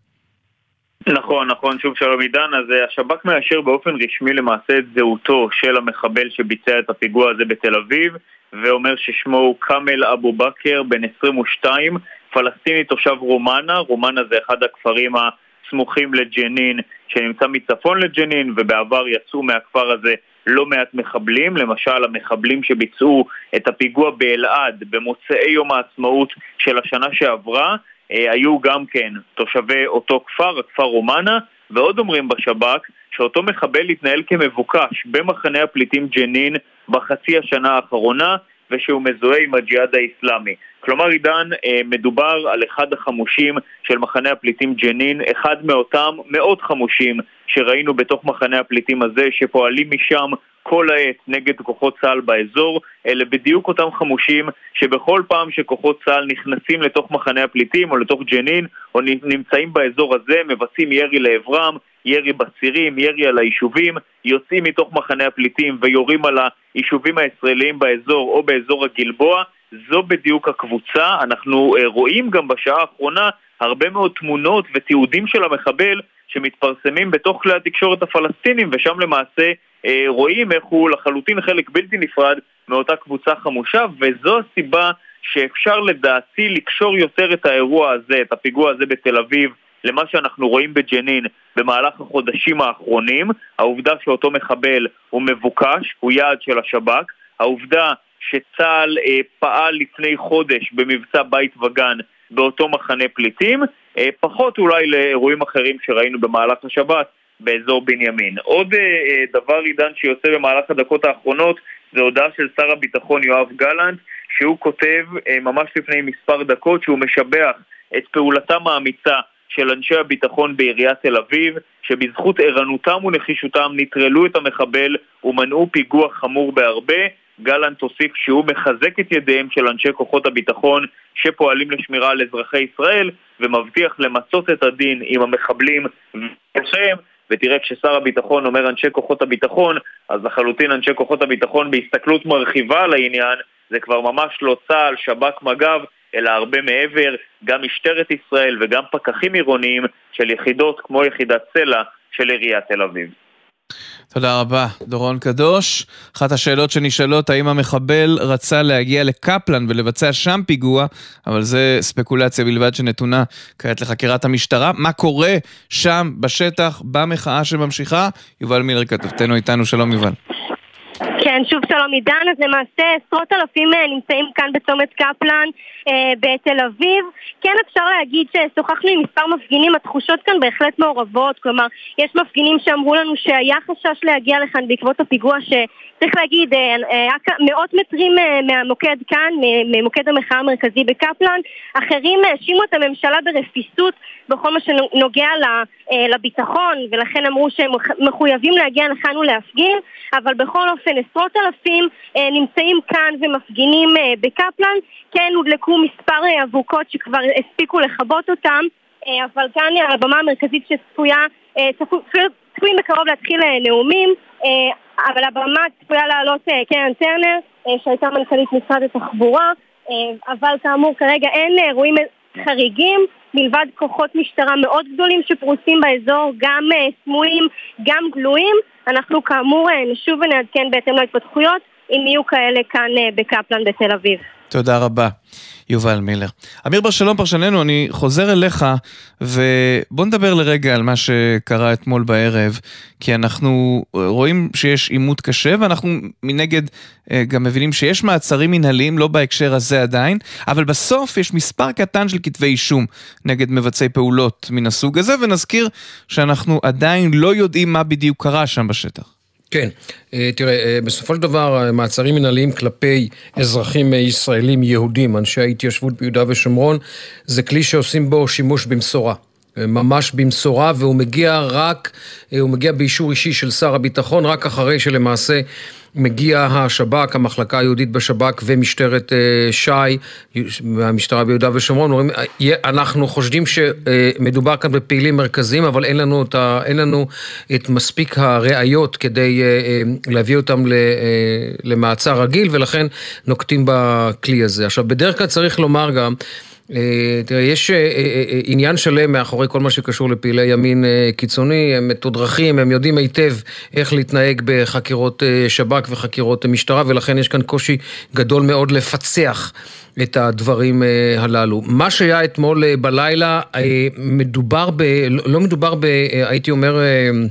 נכון, נכון, שוב שלום עידן. אז השב"כ מאשר באופן רשמי למעשה את זהותו של המחבל שביצע את הפיגוע הזה בתל אביב, ואומר ששמו הוא קאמל אבו בכר, בן עשרים ושתיים, פלסטיני תושב רומנה. רומנה זה אחד הכפרים הסמוכים לג'נין, שנמצא מצפון לג'נין, ובעבר יצאו מהכפר הזה לא מעט מחבלים. למשל, המחבלים שביצעו את הפיגוע באלעד במוצאי יום העצמאות של השנה שעברה, היו גם כן תושבי אותו כפר, הכפר רומנה. ועוד אומרים בשב"כ שאותו מחבל התנהל כמבוקש במחנה הפליטים ג'נין בחצי השנה האחרונה, ושהוא מזוהה עם הג'יהאד האסלאמי. כלומר, עידן, מדובר על אחד החמושים של מחנה הפליטים ג'נין, אחד מאותם מאות חמושים שראינו בתוך מחנה הפליטים הזה, שפועלים משם כל העת נגד כוחות צה"ל באזור. אלה בדיוק אותם חמושים שבכל פעם שכוחות צה"ל נכנסים לתוך מחנה הפליטים או לתוך ג'נין או נמצאים באזור הזה, מבצעים ירי לעברם, ירי בצירים, ירי על היישובים, יוצאים מתוך מחנה הפליטים ויורים על היישובים הישראליים באזור או באזור הגלבוע. זו בדיוק הקבוצה. אנחנו רואים גם בשעה האחרונה הרבה מאוד תמונות ותיעודים של המחבל שמתפרסמים בתוך כלי התקשורת הפלסטינים, ושם למעשה רואים איך הוא לחלוטין חלק בלתי נפרד מאותה קבוצה חמושה, וזו הסיבה שאפשר לדעתי לקשור יותר את האירוע הזה, את הפיגוע הזה בתל אביב, למה שאנחנו רואים בג'נין במהלך החודשים האחרונים. העובדה שאותו מחבל הוא מבוקש, הוא יעד של השב"כ, העובדה שצה"ל אה, פעל לפני חודש במבצע בית וגן באותו מחנה פליטים, אה, פחות אולי לאירועים אחרים שראינו במהלך השבת באזור בנימין. עוד אה, דבר עידן שיוצא במהלך הדקות האחרונות, זה הודעה של שר הביטחון יואב גלנט, שהוא כותב אה, ממש לפני מספר דקות שהוא משבח את פעולתם האמיצה של אנשי הביטחון בעיריית תל אביב, שבזכות ערנותם ונחישותם נטרלו את המחבל ומנעו פיגוע חמור בהרבה. גלנט תוסיף שהוא מחזק את ידיהם של אנשי כוחות הביטחון שפועלים לשמירה על אזרחי ישראל, ומבטיח למצות את הדין עם המחבלים ולכם. ותראה, כששר הביטחון אומר אנשי כוחות הביטחון, אז לחלוטין אנשי כוחות הביטחון בהסתכלות מרחיבה על העניין, זה כבר ממש לא צה"ל, שב"כ, מג"ב, אלא הרבה מעבר, גם משטרת ישראל וגם פקחים עירוניים של יחידות כמו יחידת סלע של עיריית תל אביב. תודה רבה, דורון קדוש. אחת השאלות שנשאלות, האם המחבל רצה להגיע לקפלן ולבצע שם פיגוע, אבל זה ספקולציה בלבד שנתונה כעת לחקירת המשטרה. מה קורה שם בשטח, במחאה שממשיכה? יובל מילר כתבתנו איתנו, שלום יובל. כן, שוב שלום עידן. אז למעשה עשרות אלפים נמצאים כאן בצומת קפלן אה, בתל אביב. כן, אפשר להגיד ששוחחנו עם מספר מפגינים, התחושות כאן בהחלט מעורבות. כלומר, יש מפגינים שאמרו לנו שהיה חשש להגיע לכאן בעקבות הפיגוע, שצריך להגיד, אה, היה מאות מטרים אה, מהמוקד כאן, ממוקד המחאה המרכזי בקפלן. אחרים האשימו את הממשלה ברפיסות בכל מה שנוגע לביטחון, ולכן אמרו שהם מחויבים להגיע לכאן ולהפגין, אבל בכל אופן עשרות אלפים נמצאים כאן ומפגינים בקפלן. כן, הודלקו מספר אבוקות שכבר הספיקו לחבות אותם, אבל כאן הבמה המרכזית שצפויה, צפויים בקרוב להתחיל נאומים, אבל הבמה צפויה לעלות קרן טרנר, שהייתה מנכ"לית משרד התחבורה, אבל כאמור כרגע אין אירועים חריגים, מלבד כוחות משטרה מאוד גדולים שפרוסים באזור, גם סמויים, גם גלויים. אנחנו כאמור נשוב ונעדכן בהתאם להתפתחויות, אם יהיו כאלה כאן בקפלן בתל אביב. תודה רבה, יובל מילר. אמיר בר שלום פרשננו, אני חוזר אליך, ובוא נדבר לרגע על מה שקרה אתמול בערב, כי אנחנו רואים שיש עימות קשה, ואנחנו מנגד גם מבינים שיש מעצרים מנהליים, לא בהקשר הזה עדיין, אבל בסוף יש מספר קטן של כתבי אישום נגד מבצעי פעולות מן הסוג הזה, ונזכיר שאנחנו עדיין לא יודעים מה בדיוק קרה שם בשטח. כן, תראה, בסופו של דבר מעצרים מנהליים כלפי אזרחים ישראלים יהודים, אנשי ההתיישבות ביהודה ושומרון, זה כלי שעושים בו שימוש במשורה. ממש במשורה, והוא מגיע רק, הוא מגיע באישור אישי של שר הביטחון, רק אחרי שלמעשה מגיע השב"כ, המחלקה היהודית בשב"כ ומשטרת שי, מהמשטרה ביהודה ושומרון, אומרים, אנחנו חושדים שמדובר כאן בפעילים מרכזיים, אבל אין לנו את, אין לנו את מספיק הראיות כדי להביא אותם למעצר רגיל, ולכן נוקטים בכלי הזה. עכשיו, בדרך כלל צריך לומר גם, תראה, יש עניין שלם מאחורי כל מה שקשור לפעילי ימין קיצוני, הם מתודרכים, הם יודעים היטב איך להתנהג בחקירות שב"כ וחקירות משטרה, ולכן יש כאן קושי גדול מאוד לפצח את הדברים הללו. מה שהיה אתמול בלילה, מדובר ב... לא מדובר ב... הייתי אומר...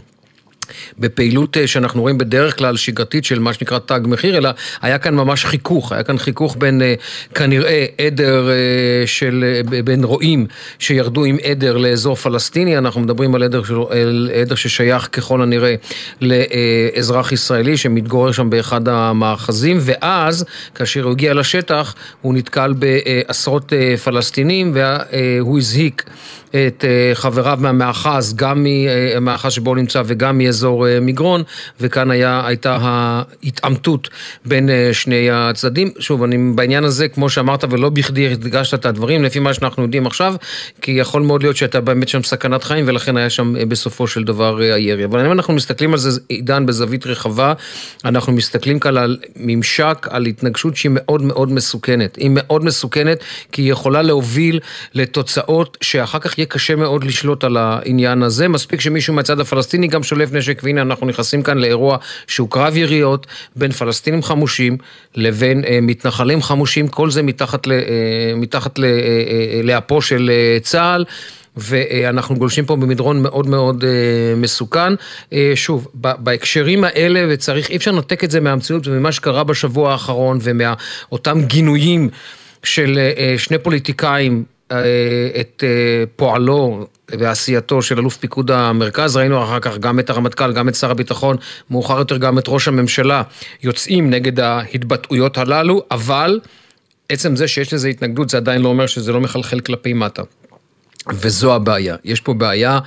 בפעילות שאנחנו רואים בדרך כלל שגרתית של מה שנקרא תג מחיר, אלא היה כאן ממש חיכוך, היה כאן חיכוך בין כנראה עדר של, בין רועים שירדו עם עדר לאזור פלסטיני, אנחנו מדברים על עדר, על עדר ששייך ככל הנראה לאזרח ישראלי שמתגורר שם באחד המאחזים, ואז כאשר הוא הגיע לשטח הוא נתקל בעשרות פלסטינים והוא הזהיק את חבריו מהמאחז, גם מהמאחז שבו נמצא וגם מאזור מגרון, וכאן היה, הייתה ההתעמתות בין שני הצדדים. שוב, אני בעניין הזה, כמו שאמרת, ולא בכדי הדגשת את הדברים, לפי מה שאנחנו יודעים עכשיו, כי יכול מאוד להיות שהייתה באמת שם סכנת חיים, ולכן היה שם בסופו של דבר הירי. אבל אם אנחנו מסתכלים על זה, עידן, בזווית רחבה, אנחנו מסתכלים כאן על ממשק, על התנגשות שהיא מאוד מאוד מסוכנת. היא מאוד מסוכנת, כי היא יכולה להוביל לתוצאות שאחר כך יהיה קשה מאוד לשלוט על העניין הזה. מספיק שמישהו מהצד הפלסטיני גם שולף נשק, והנה אנחנו נכנסים כאן לאירוע שהוא קרב יריות בין פלסטינים חמושים לבין אה, מתנחלים חמושים, כל זה מתחת, ל, אה, מתחת ל, אה, אה, לאפו של אה, צה"ל, ואנחנו גולשים פה במדרון מאוד מאוד אה, מסוכן. אה, שוב, בהקשרים האלה, וצריך, אי אפשר לנתק את זה מהמציאות וממה שקרה בשבוע האחרון, ומאותם גינויים של אה, שני פוליטיקאים, את פועלו ועשייתו של אלוף פיקוד המרכז, ראינו אחר כך גם את הרמטכ"ל, גם את שר הביטחון, מאוחר יותר גם את ראש הממשלה, יוצאים נגד ההתבטאויות הללו, אבל עצם זה שיש לזה התנגדות, זה עדיין לא אומר שזה לא מחלחל כלפי מטה. וזו הבעיה. יש פה בעיה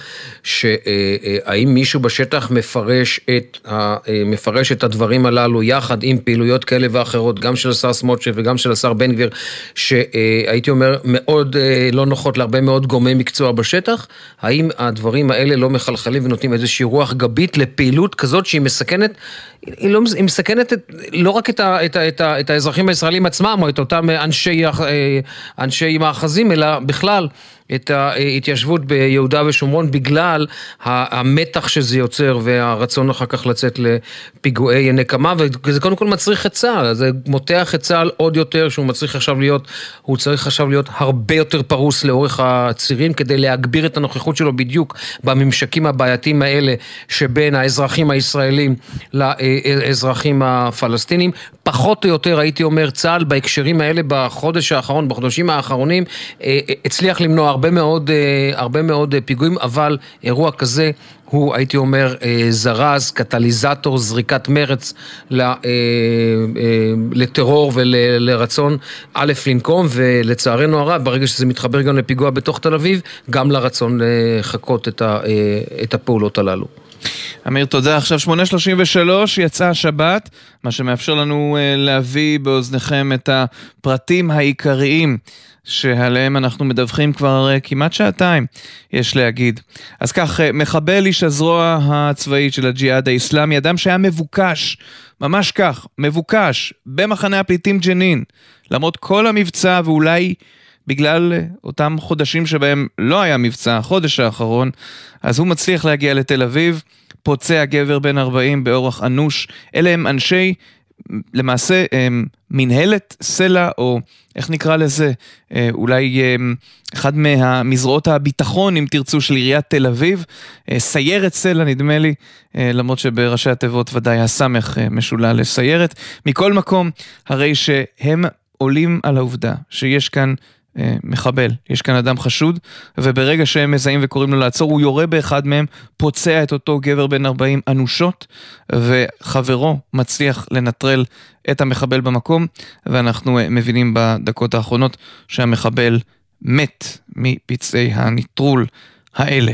שהאם מישהו בשטח מפרש את, מפרש את הדברים הללו יחד עם פעילויות כאלה ואחרות, גם של השר סמוטריץ' וגם של השר בן גביר, שהייתי אומר מאוד לא נוחות להרבה מאוד גורמי מקצוע בשטח, האם הדברים האלה לא מחלחלים ונותנים איזושהי רוח גבית לפעילות כזאת שהיא מסכנת, היא, לא, היא מסכנת את, לא רק את, ה, את, ה, את, ה, את האזרחים הישראלים עצמם, או את אותם אנשי, אנשי מאחזים, אלא בכלל את ההתיישבות ביהודה ושומרון, בגלל המתח שזה יוצר והרצון אחר כך לצאת לפיגועי נקמה, וזה קודם כל מצריך את צה"ל, זה מותח את צה"ל עוד יותר, שהוא מצריך עכשיו להיות, הוא צריך עכשיו להיות הרבה יותר פרוס לאורך הצירים, כדי להגביר את הנוכחות שלו בדיוק בממשקים הבעייתיים האלה, שבין האזרחים הישראלים לאזרחים הפלסטינים. פחות או יותר הייתי אומר צה"ל בהקשרים האלה בחודש האחרון, בחודשים האחרונים, הצליח למנוע הרבה מאוד, הרבה מאוד פיגועים, אבל אירוע כזה הוא, הייתי אומר, זרז, קטליזטור, זריקת מרץ לטרור ולרצון א' לנקום, ולצערנו הרב, ברגע שזה מתחבר גם לפיגוע בתוך תל אביב, גם לרצון לחכות את הפעולות הללו. אמיר, תודה. עכשיו שמונה שלושים ושלוש, יצאה השבת, מה שמאפשר לנו להביא באוזניכם את הפרטים העיקריים שעליהם אנחנו מדווחים כבר כמעט שעתיים, יש להגיד. אז כך, מחבל איש הזרוע הצבאית של הג'יהאד האסלאמי, אדם שהיה מבוקש, ממש כך, מבוקש, במחנה הפליטים ג'נין, למרות כל המבצע, ואולי בגלל אותם חודשים שבהם לא היה מבצע, החודש האחרון, אז הוא מצליח להגיע לתל אביב, פוצע גבר בן ארבעים באורח אנוש. אלה הם אנשי, למעשה, מנהלת סלע, או איך נקרא לזה, אולי אחד מהמזרועות הביטחון, אם תרצו, של עיריית תל אביב, סיירת סלע נדמה לי, למרות שבראשי התיבות ודאי הסמך משולה לסיירת. מכל מקום, הרי שהם עולים על העובדה שיש כאן מחבל, יש כאן אדם חשוד, וברגע שהם מזהים וקוראים לו לעצור, הוא יורה באחד מהם, פוצע את אותו גבר בן ארבעים אנושות, וחברו מצליח לנטרל את המחבל במקום, ואנחנו מבינים בדקות האחרונות שהמחבל מת מפצעי הניטרול האלה.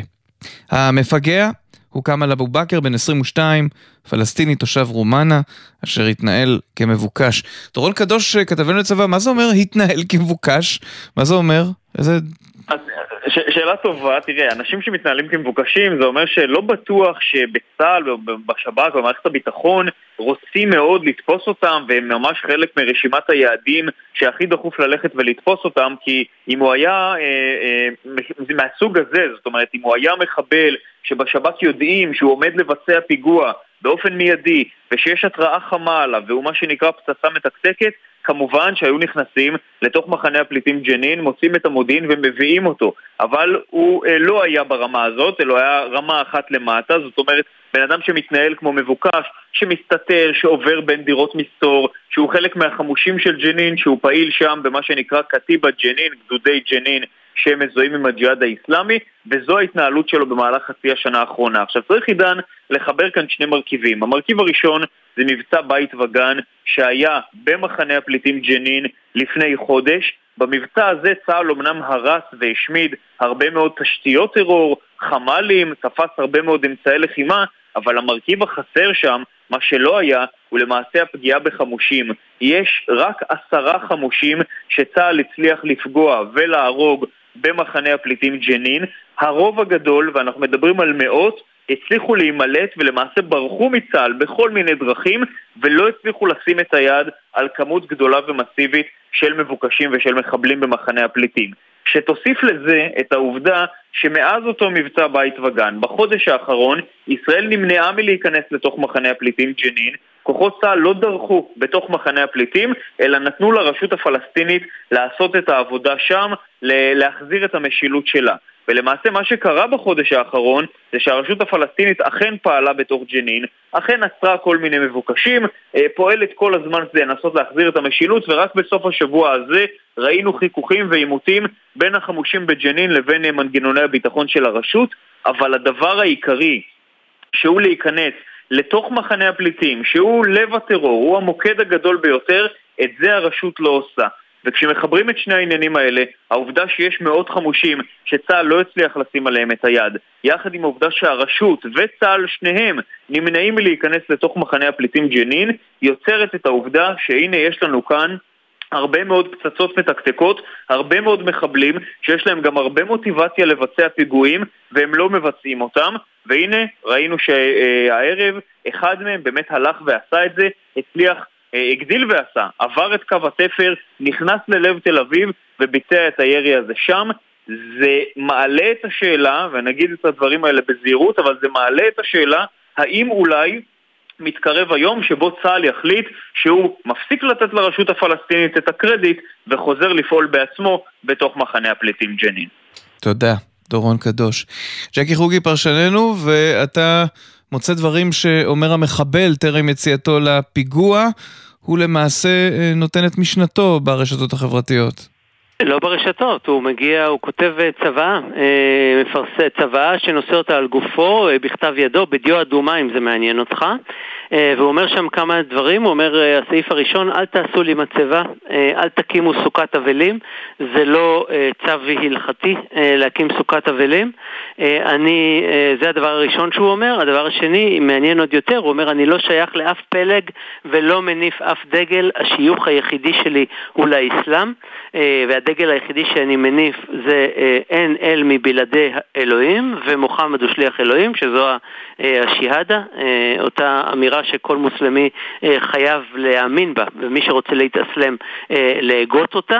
המפגע הוא כאמל אבו בכר, בן עשרים ושתיים, פלסטיני תושב רומנה, אשר התנהל כמבוקש. דורון קדוש, כתבנו לצבא, מה זה אומר התנהל כמבוקש? מה זה אומר? איזה... אז ש- שאלה טובה, תראה, אנשים שמתנהלים כמבוקשים, זה אומר שלא בטוח שבצה"ל, בשב"כ, במערכת הביטחון, רוצים מאוד לתפוס אותם, והם ממש חלק מרשימת היעדים שהכי דחוף ללכת ולתפוס אותם, כי אם הוא היה אה, אה, מהסוג הזה, זאת אומרת, אם הוא היה מחבל שבשב"כ יודעים שהוא עומד לבצע פיגוע באופן מיידי, ושיש התראה חמה עליו, והוא מה שנקרא פצצה מתקתקת, כמובן שהיו נכנסים לתוך מחנה הפליטים ג'נין, מוצאים את המודיעין ומביאים אותו. אבל הוא אה, לא היה ברמה הזאת, אלא היה רמה אחת למטה, זאת אומרת, בן אדם שמתנהל כמו מבוקש, שמסתתר, שעובר בין דירות מסתור, שהוא חלק מהחמושים של ג'נין, שהוא פעיל שם במה שנקרא כתיבת ג'נין, גדודי ג'נין, שהם מזוהים עם הג'יהאד האסלאמי, וזו ההתנהלות שלו במהלך חצי השנה האחרונה. עכשיו צריך עידן לחבר כאן שני מרכיבים. המרכיב הראשון זה מבצע בית וגן שהיה במחנה הפליטים ג'נין לפני חודש. במבצע הזה צה"ל אמנם הרס והשמיד הרבה מאוד תשתיות טרור, חמלים, תפס הרבה מאוד אמצעי לחימה, אבל המרכיב החסר שם, מה שלא היה, הוא למעשה הפגיעה בחמושים. יש רק עשרה חמושים שצה"ל הצליח לפגוע ולהרוג במחנה הפליטים ג'נין. הרוב הגדול, ואנחנו מדברים על מאות, הצליחו להימלט ולמעשה ברחו מצה"ל בכל מיני דרכים, ולא הצליחו לשים את היד על כמות גדולה ומסיבית של מבוקשים ושל מחבלים במחנה הפליטים. שתוסיף לזה את העובדה שמאז אותו מבצע בית וגן, בחודש האחרון, ישראל נמנעה מלהיכנס לתוך מחנה הפליטים ג'נין, כוחות צה"ל לא דרכו בתוך מחנה הפליטים, אלא נתנו לרשות הפלסטינית לעשות את העבודה שם, להחזיר את המשילות שלה. ולמעשה מה שקרה בחודש האחרון זה שהרשות הפלסטינית אכן פעלה בתוך ג'נין, אכן עצרה כל מיני מבוקשים, פועלת כל הזמן זה לנסות להחזיר את המשילות, ורק בסוף השבוע הזה ראינו חיכוכים ועימותים בין החמושים בג'נין לבין מנגנוני הביטחון של הרשות. אבל הדבר העיקרי שהוא להיכנס לתוך מחנה הפליטים, שהוא לב הטרור, הוא המוקד הגדול ביותר, את זה הרשות לא עושה. וכשמחברים את שני העניינים האלה, העובדה שיש מאות חמושים שצה"ל לא הצליח לשים עליהם את היד, יחד עם העובדה שהרשות וצה"ל שניהם נמנעים מלהיכנס לתוך מחנה הפליטים ג'נין, יוצרת את העובדה שהנה יש לנו כאן הרבה מאוד פצצות מתקתקות, הרבה מאוד מחבלים שיש להם גם הרבה מוטיבציה לבצע פיגועים והם לא מבצעים אותם. והנה ראינו שהערב אחד מהם באמת הלך ועשה את זה, הצליח, הגדיל ועשה, עבר את קו התפר, נכנס ללב תל אביב וביצע את הירי הזה שם. זה מעלה את השאלה, ונגיד את הדברים האלה בזהירות, אבל זה מעלה את השאלה האם אולי מתקרב היום שבו צה"ל יחליט שהוא מפסיק לתת לרשות הפלסטינית את הקרדיט וחוזר לפעול בעצמו בתוך מחנה הפליטים ג'נין. תודה, דורון קדוש. ג'קי חוגי פרשננו, ואתה מוצא דברים שאומר המחבל טרם יציאתו לפיגוע, הוא למעשה נותן את משנתו ברשתות החברתיות. לא ברשתות, הוא מגיע, הוא כותב צבא, מפרסם צבא שנושא אותה על גופו, בכתב ידו, בדיו אדומה אם זה מעניין אותך, והוא אומר שם כמה דברים. הוא אומר, הסעיף הראשון, אל תעשו לי מצבה, אל תקימו סוכת אבלים, זה לא צו הלכתי להקים סוכת אבלים. אני, זה הדבר הראשון שהוא אומר. הדבר השני, מעניין עוד יותר, הוא אומר, אני לא שייך לאף פלג ולא מניף אף דגל, השיוך היחידי שלי הוא לאסלאם, והדגל היחידי שאני מניף זה אין אל מבלעדי אלוהים, ומוחמד הוא שליח אלוהים, שזו השיהדה, אותה אמירה שכל מוסלמי חייב להאמין בה, ומי שרוצה להתאסלם להגות אותה.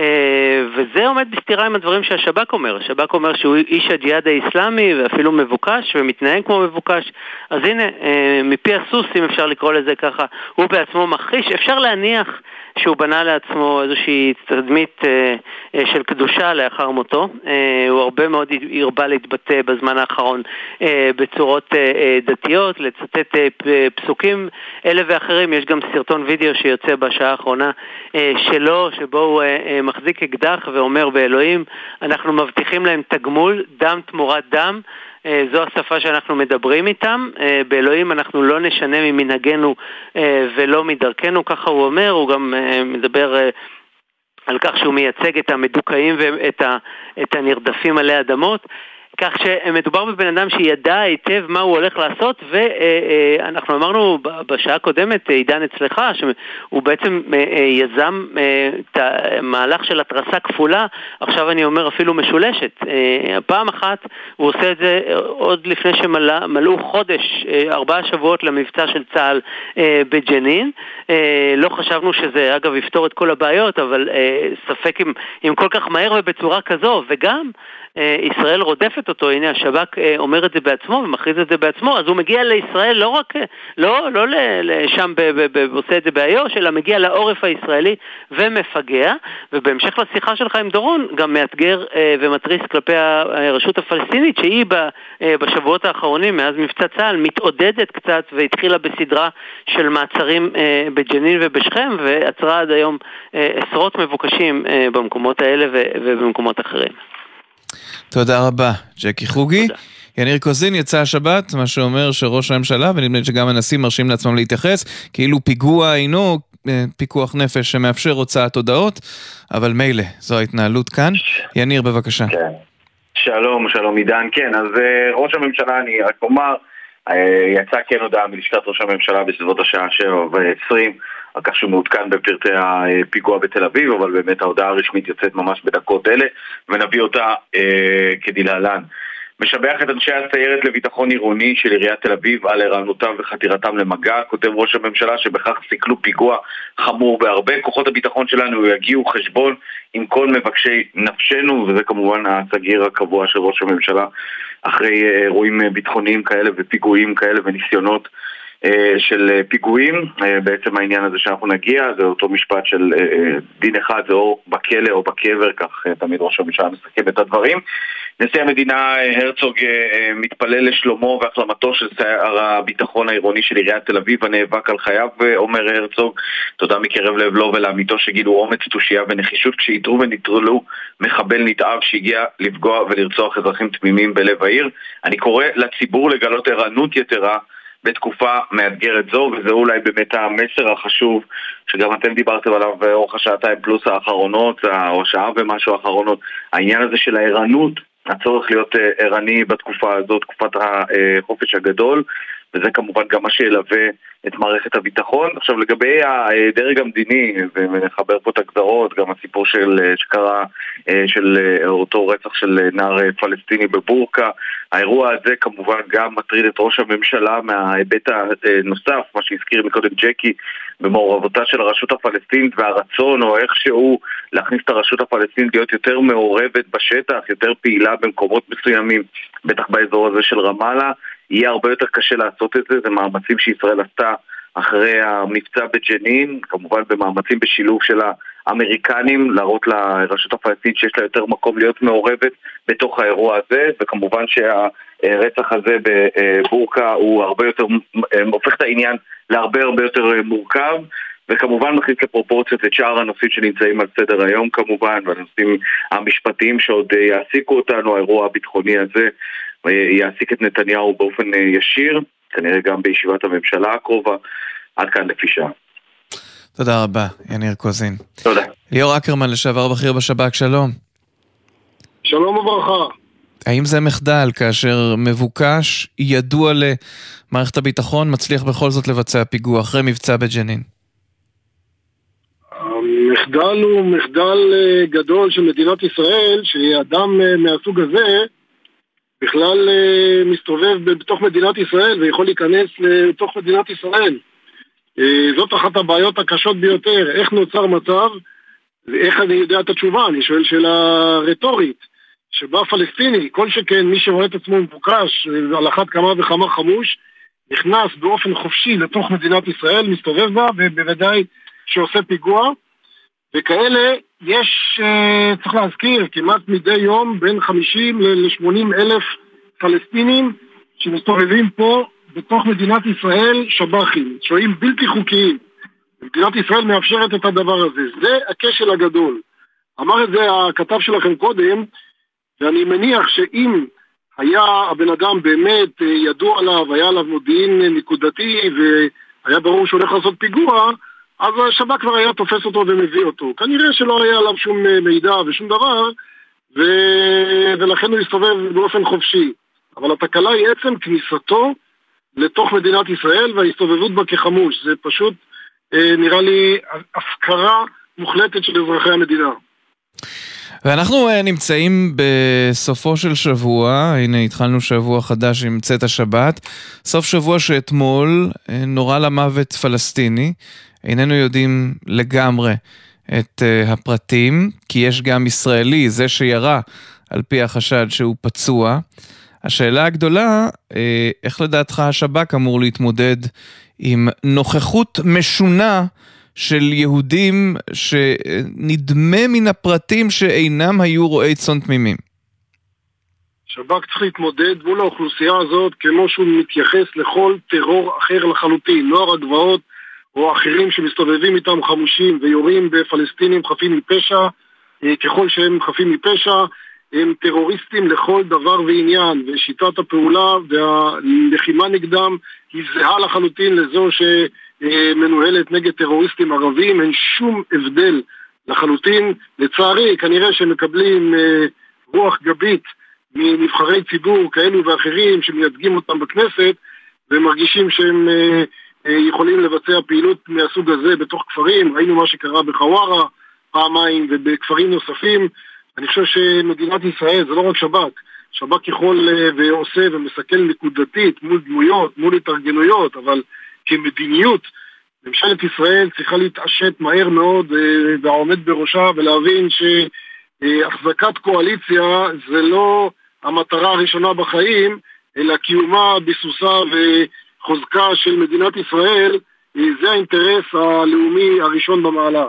וזה עומד בסתירה עם הדברים שהשב"כ אומר. השב"כ אומר שהוא איש הג'יהאד האסלאמי ואפילו מבוקש ומתנהג כמו מבוקש. אז הנה, מפי הסוס, אם אפשר לקרוא לזה ככה, הוא בעצמו מכחיש. אפשר להניח שהוא בנה לעצמו איזושהי תדמית של קדושה לאחר מותו. הוא הרבה מאוד הרבה להתבטא בזמן האחרון בצורות דתיות, לצטט פסוקים אלה ואחרים. יש גם סרטון וידאו שיוצא בשעה האחרונה שלו, שבו הוא מחזיק אקדח ואומר באלוהים, אנחנו מבטיחים להם תגמול, דם תמורת דם. זו השפה שאנחנו מדברים איתם. באלוהים אנחנו לא נשנה ממנהגנו ולא מדרכנו, ככה הוא אומר. הוא גם מדבר על כך שהוא מייצג את המדוכאים ואת ה, את הנרדפים עלי אדמות. כך שמדובר בבן אדם שידע היטב מה הוא הולך לעשות, ואנחנו אמרנו בשעה הקודמת, עידן אצלך, שהוא בעצם יזם מהלך של התרסה כפולה, עכשיו אני אומר אפילו משולשת. פעם אחת הוא עושה את זה עוד לפני שמלאו חודש, ארבעה שבועות למבצע של צה"ל בג'נין. לא חשבנו שזה אגב יפתור את כל הבעיות, אבל ספק אם, אם כל כך מהר ובצורה כזו, וגם ישראל רודפת אותו, הנה השב"כ אומר את זה בעצמו ומכריז את זה בעצמו, אז הוא מגיע לישראל לא רק, לא, לא לשם עושה את זה באיו"ש, אלא מגיע לעורף הישראלי ומפגע, ובהמשך לשיחה שלך עם דורון, גם מאתגר ומטריס כלפי הרשות הפלסטינית, שהיא בשבועות האחרונים, מאז מבצע צה"ל, מתעודדת קצת והתחילה בסדרה של מעצרים בג'נין ובשכם, ועצרה עד היום עשרות מבוקשים במקומות האלה ובמקומות אחרים. תודה רבה, ג'קי חוגי. יניר קוזין, יצא השבת, מה שאומר שראש הממשלה, ונדמה לי שגם הנשיא מרשים לעצמם להתייחס, כאילו פיגוע אינו פיקוח נפש שמאפשר הוצאת הודעות, אבל מילא, זו ההתנהלות כאן. יניר, בבקשה. כן. שלום, שלום עידן, כן, אז ראש הממשלה, אני רק אומר, יצא כן הודעה מלשכת ראש הממשלה בסביבות השעה שבע ועשרים, על כך שהוא מעודכן בפרטי הפיגוע בתל אביב, אבל באמת ההודעה הרשמית יוצאת ממש בדקות אלה, ונביא אותה אה, כדלהלן. משבח את אנשי הסיירת לביטחון עירוני של עיריית תל אביב על ערנותם וחתירתם למגע. כותב ראש הממשלה שבכך סיכלו פיגוע חמור בהרבה. כוחות הביטחון שלנו יגיעו חשבון עם כל מבקשי נפשנו, וזה כמובן הסגיר הקבוע של ראש הממשלה אחרי אירועים ביטחוניים כאלה ופיגועים כאלה וניסיונות של פיגועים. בעצם העניין הזה שאנחנו נגיע זה אותו משפט של דין אחד, זה או בכלא או בקבר, כך תמיד ראש הממשלה מסכם את הדברים. נשיא המדינה הרצוג מתפלל לשלומו והחלמתו של שר הביטחון העירוני של עיריית תל אביב הנאבק על חייו, אומר הרצוג תודה מקרב לב לו ולעמיתו שגילו אומץ, תושייה ונחישות כשהתרו ונטרלו מחבל נתעב שהגיע לפגוע ולרצוח אזרחים תמימים בלב העיר. אני קורא לציבור לגלות ערנות יתרה בתקופה מאתגרת זו, וזה אולי באמת המסר החשוב שגם אתם דיברתם עליו באורך השעתיים פלוס האחרונות, או השעה ומשהו האחרונות, העניין הזה של הערנות, הצורך להיות ערני בתקופה הזו, תקופת החופש הגדול, וזה כמובן גם מה שילווה את מערכת הביטחון. עכשיו לגבי הדרג המדיני, ונחבר פה את הגזרות, גם הסיפור של, שקרה של אותו רצח של נער פלסטיני בבורקה, האירוע הזה כמובן גם מטריד את ראש הממשלה מההיבט הנוסף, מה שהזכיר מקודם ג'קי, במעורבותה של הרשות הפלסטינית והרצון או איכשהו להכניס את הרשות הפלסטינית להיות יותר מעורבת בשטח, יותר פעילה במקומות מסוימים, בטח באזור הזה של רמאללה. יהיה הרבה יותר קשה לעשות את זה, זה מאמצים שישראל עשתה אחרי המבצע בג'נין, כמובן במאמצים בשילוב של האמריקנים, להראות לרשות הפלסטינית שיש לה יותר מקום להיות מעורבת בתוך האירוע הזה, וכמובן שהרצח הזה בבורקה הוא הרבה יותר, הופך את העניין להרבה הרבה יותר מורכב, וכמובן מכניס לפרופורציות את שאר הנושאים שנמצאים על סדר היום כמובן, והנושאים המשפטיים שעוד יעסיקו אותנו, האירוע הביטחוני הזה יעסיק את נתניהו באופן ישיר, כנראה גם בישיבת הממשלה הקרובה. עד כאן לפי שעה. תודה רבה, יניר קוזין. תודה. ליאור אקרמן, לשעבר בכיר בשב"כ, שלום. שלום וברכה. האם זה מחדל כאשר מבוקש, ידוע למערכת הביטחון, מצליח בכל זאת לבצע פיגוע אחרי מבצע בג'נין? המחדל הוא מחדל גדול של מדינת ישראל, שאדם מהסוג הזה בכלל מסתובב בתוך מדינת ישראל ויכול להיכנס לתוך מדינת ישראל. זאת אחת הבעיות הקשות ביותר, איך נוצר מצב ואיך אני יודע את התשובה. אני שואל שאלה רטורית, שבה פלסטיני, כל שכן מי שרואה את עצמו מבוקש על אחת כמה וכמה חמוש, נכנס באופן חופשי לתוך מדינת ישראל, מסתובב בה ובוודאי שעושה פיגוע, וכאלה יש, צריך להזכיר, כמעט מדי יום בין חמישים ל-שמונים אלף פלסטינים שמסתובבים פה בתוך מדינת ישראל, שב"חים, שוהים בלתי חוקיים. מדינת ישראל מאפשרת את הדבר הזה, זה הכשל הגדול. אמר את זה הכתב שלכם קודם, ואני מניח שאם היה הבן אדם באמת ידוע עליו, היה עליו מודיעין נקודתי והיה ברור שהוא הולך לעשות פיגוע, אז השב"כ כבר היה תופס אותו ומביא אותו. כנראה שלא היה עליו שום מידע ושום דבר, ו... ולכן הוא יסתובב באופן חופשי. אבל התקלה היא עצם כניסתו לתוך מדינת ישראל וההסתובבות בה כחמוש. זה פשוט אה, נראה לי הפקרה מוחלטת של אזרחי המדינה. ואנחנו נמצאים בסופו של שבוע, הנה התחלנו שבוע חדש עם צאת השבת, סוף שבוע שאתמול נורא למוות פלסטיני, איננו יודעים לגמרי את הפרטים, כי יש גם ישראלי, זה שירה על פי החשד שהוא פצוע. השאלה הגדולה, איך לדעתך השב"כ אמור להתמודד עם נוכחות משונה של יהודים שנדמה מן הפרטים שאינם היו רואי צאן תמימים? שב"כ צריך להתמודד מול האוכלוסייה הזאת כמו שהוא מתייחס לכל טרור אחר לחלוטין, נוער הגבעות או אחרים שמסתובבים איתם חמושים ויורים בפלסטינים חפים מפשע, ככל שהם חפים מפשע הם טרוריסטים לכל דבר ועניין, ושיטת הפעולה והלחימה נגדם היא זהה לחלוטין לזו ש... מנוהלת נגד טרוריסטים ערבים, אין שום הבדל לחלוטין. לצערי, כנראה שהם מקבלים רוח גבית מנבחרי ציבור כאלו ואחרים שמייצגים אותם בכנסת, ומרגישים שהם יכולים לבצע פעילות מהסוג הזה בתוך כפרים. ראינו מה שקרה בחווארה פעמיים ובכפרים נוספים. אני חושב שמדינת ישראל, זה לא רק שב"כ, שב"כ יכול ועושה ומסכל נקודתית מול דמויות, מול התארגנויות, אבל כמדיניות, ממשלת ישראל צריכה להתעשת מהר מאוד והעומד בראשה ולהבין שהחזקת קואליציה זה לא המטרה הראשונה בחיים, אלא קיומה, ביסוסה וחוזקה של מדינת ישראל, זה האינטרס הלאומי הראשון במעלה.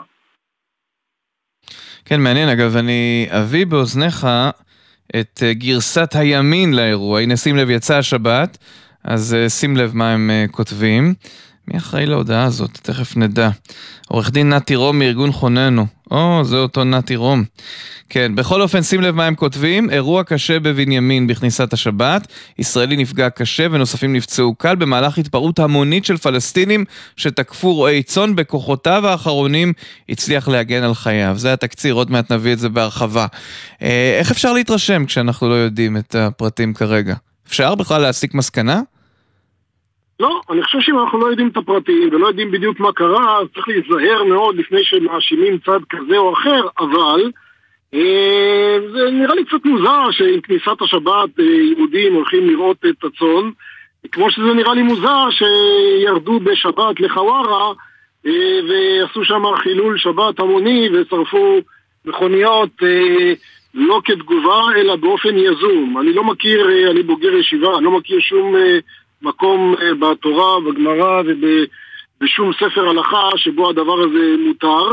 כן, מעניין. אגב, אני אביא באוזניך את גרסת הימין לאירוע. הנה, שים לב, יצא השבת, אז שים לב מה הם כותבים. מי אחראי להודעה הזאת? תכף נדע. עורך דין נתי רום מארגון חוננו. או, זה אותו נתי רום. כן, בכל אופן שים לב מה הם כותבים. אירוע קשה בבנימין בכניסת השבת. ישראלי נפגע קשה ונוספים נפצעו קל במהלך התפרעות המונית של פלסטינים שתקפו רועי צאן. בכוחותיו האחרונים הצליח להגן על חייו. זה התקציר, עוד מעט נביא את זה בהרחבה. איך אפשר להתרשם כשאנחנו לא יודעים את הפרטים כרגע? אפשר בכלל להסיק מסקנה? לא, אני חושב שאם אנחנו לא יודעים את הפרטים ולא יודעים בדיוק מה קרה, אז צריך להיזהר מאוד לפני שמאשימים צד כזה או אחר, אבל אה, זה נראה לי קצת מוזר שעם כניסת השבת אה, יהודים הולכים לראות את הצאן, כמו שזה נראה לי מוזר שירדו בשבת לחווארה אה, ועשו שם חילול שבת המוני ושרפו מכוניות אה, לא כתגובה אלא באופן יזום. אני לא מכיר, אה, אני בוגר ישיבה, אני לא מכיר שום... אה, מקום בתורה, בגמרא ובשום ספר הלכה שבו הדבר הזה מותר,